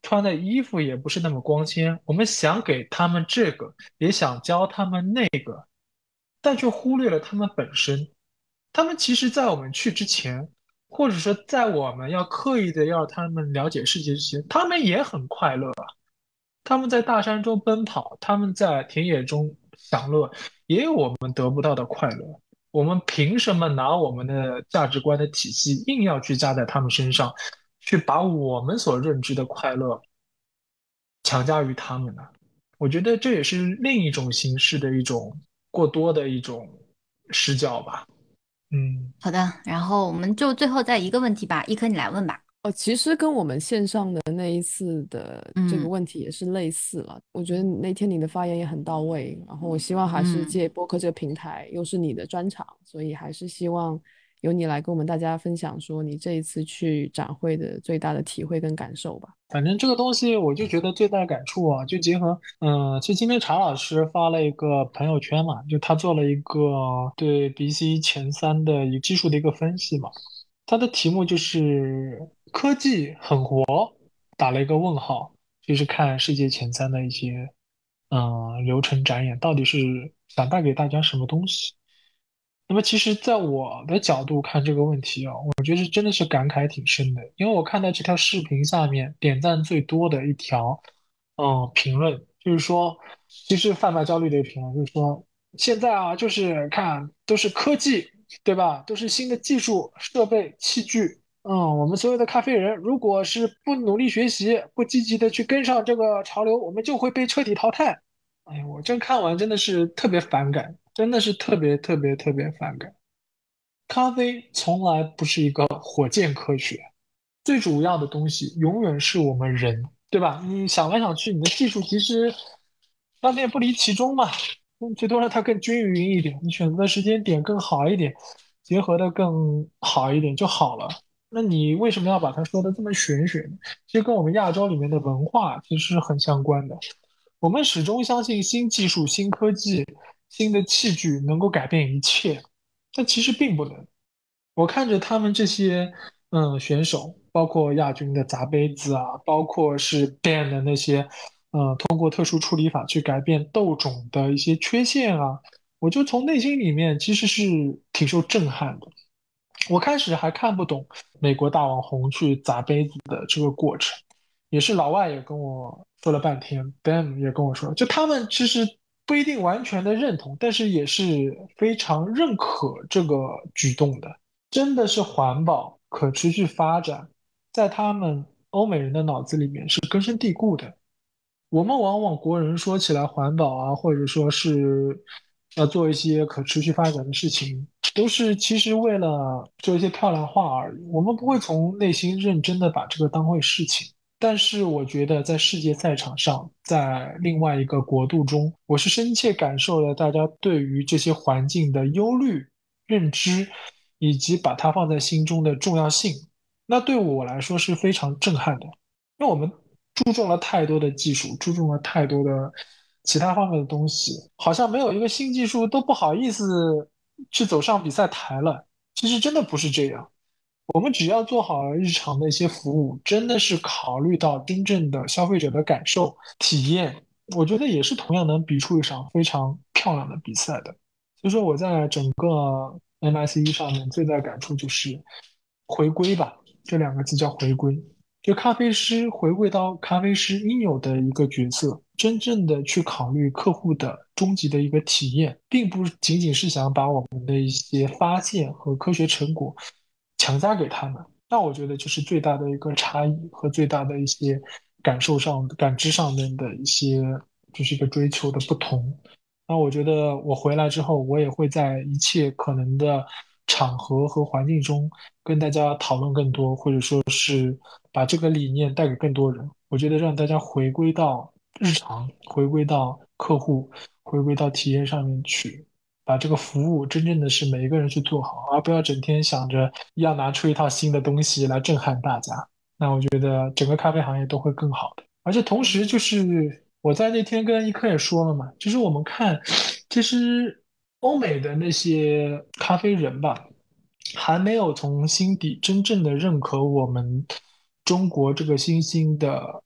穿的衣服也不是那么光鲜，我们想给他们这个，也想教他们那个，但却忽略了他们本身。他们其实在我们去之前，或者说在我们要刻意的要让他们了解世界之前，他们也很快乐啊。他们在大山中奔跑，他们在田野中享乐，也有我们得不到的快乐。我们凭什么拿我们的价值观的体系硬要去加在他们身上，去把我们所认知的快乐强加于他们呢？我觉得这也是另一种形式的一种过多的一种视角吧。嗯。 好的，然后我们就最后再一个问题吧，一科你来问吧。 其实跟我们线上的那一次的这个嗯问题也是类似了。我觉得那天你的发言也很到位，然后我希望还是嗯。 借播客这个平台，又是你的专场，所以还是希望由你来跟我们大家分享说你这一次去展会的最大的体会跟感受吧。 反正这个东西，我就觉得最大感触啊，就结合，其实今天查老师发了一个朋友圈嘛，就他做了一个对 BC 前三的一个技术的一个分析嘛，他的题目就是科技很活，打了一个问号，就是看世界前三的一些，流程展演到底是想带给大家什么东西。那么其实，在我的角度看这个问题啊，我觉得真的是感慨挺深的，因为我看到这条视频下面点赞最多的一条，评论就是说，其实贩卖焦虑的一个评论就是说，现在啊，就是看都是科技，对吧？都是新的技术、设备、器具，我们所有的咖啡人，如果是不努力学习，不积极的去跟上这个潮流，我们就会被彻底淘汰。哎呀，我真看完真的是特别反感，真的是特别特别特别反感。咖啡从来不是一个火箭科学，最主要的东西永远是我们人，对吧？你想来想去，你的技术其实万变不离其宗嘛，最多让它更均匀一点，你选择的时间点更好一点，结合的更好一点就好了。那你为什么要把它说的这么玄学呢？其实跟我们亚洲里面的文化其实是很相关的。我们始终相信新技术、新科技、新的器具能够改变一切，但其实并不能。我看着他们这些选手，包括亚军的砸杯子啊，包括是 ban 的那些通过特殊处理法去改变豆种的一些缺陷啊，我就从内心里面其实是挺受震撼的。我开始还看不懂美国大网红去砸杯子的这个过程，也是老外也跟我说了半天，Ben 也跟我说，就他们其实不一定完全的认同，但是也是非常认可这个举动的。真的是环保、可持续发展，在他们欧美人的脑子里面是根深蒂固的。我们往往国人说起来环保啊，或者说是要做一些可持续发展的事情，都是其实为了做一些漂亮话而已。我们不会从内心认真的把这个当回事情。但是我觉得在世界赛场上，在另外一个国度中，我是深切感受了大家对于这些环境的忧虑、认知，以及把它放在心中的重要性。那对我来说是非常震撼的。因为我们注重了太多的技术，注重了太多的其他方面的东西，好像没有一个新技术都不好意思去走上比赛台了。其实真的不是这样，我们只要做好日常的一些服务，真的是考虑到真正的消费者的感受体验，我觉得也是同样能比出一场非常漂亮的比赛的。所以说我在整个 MSE 上面最大感触就是回归吧，这两个字叫回归。就咖啡师回归到咖啡师应有的一个角色，真正的去考虑客户的终极的一个体验，并不仅仅是想把我们的一些发现和科学成果强加给他们。那我觉得就是最大的一个差异和最大的一些感受上、感知上面的一些，就是一个追求的不同。那我觉得我回来之后，我也会在一切可能的场合和环境中跟大家讨论更多，或者说是把这个理念带给更多人。我觉得让大家回归到日常，回归到客户，回归到体验上面去，把这个服务真正的是每一个人去做好，而不要整天想着要拿出一套新的东西来震撼大家。那我觉得整个咖啡行业都会更好的。而且同时就是我在那天跟一科也说了嘛，就是我们看，其实欧美的那些咖啡人吧，还没有从心底真正的认可我们中国这个新兴的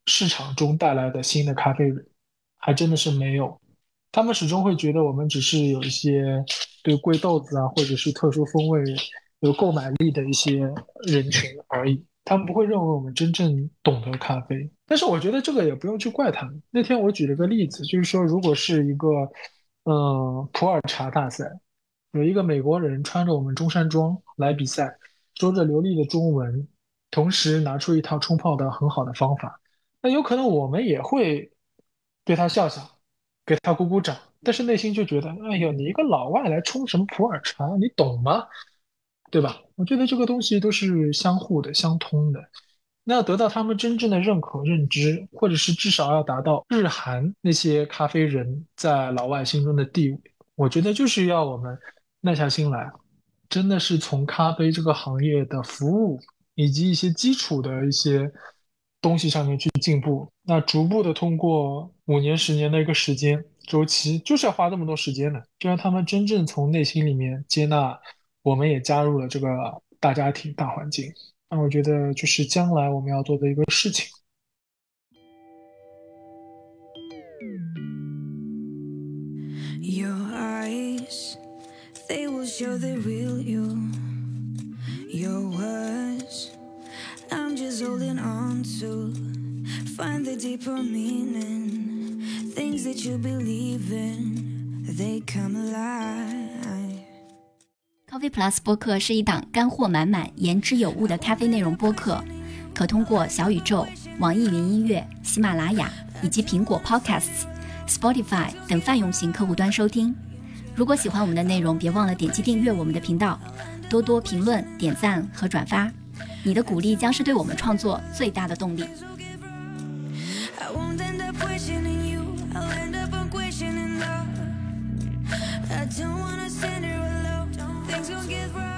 市场中带来的新的咖啡人，还真的是没有。他们始终会觉得我们只是有一些对贵豆子啊，或者是特殊风味有购买力的一些人群而已。他们不会认为我们真正懂得咖啡。但是我觉得这个也不用去怪他们。那天我举了个例子，就是说，如果是一个普洱茶大赛，有一个美国人穿着我们中山装来比赛，说着流利的中文，同时拿出一套冲泡的很好的方法，那有可能我们也会对他笑笑，给他鼓鼓掌，但是内心就觉得，哎呦，你一个老外来冲什么普洱茶，你懂吗？对吧？我觉得这个东西都是相互的、相通的。那要得到他们真正的认可、认知，或者是至少要达到日韩那些咖啡人在老外心中的地位，我觉得就是要我们耐下心来，真的是从咖啡这个行业的服务以及一些基础的一些东西上面去进步。那逐步的通过5年、10年的一个时间周期，就是要花这么多时间的，就让他们真正从内心里面接纳，我们也加入了这个大家庭、大环境。那我觉得就是将来我们要做的一个事情。 Your eyes, they will show the real you. Your words, I'm just holding on to. Find the deeper meaning. Things that you believe in, they come alive.Coffee Plus 播客是一档干货满满、言之有物的咖啡内容播客，可通过小宇宙、网易云音乐、喜马拉雅以及苹果 Podcasts、Spotify 等泛用型客户端收听。如果喜欢我们的内容，别忘了点击订阅我们的频道，多多评论、点赞和转发，你的鼓励将是对我们创作最大的动力。 I don't wanna stand here alone. Things gon' get right.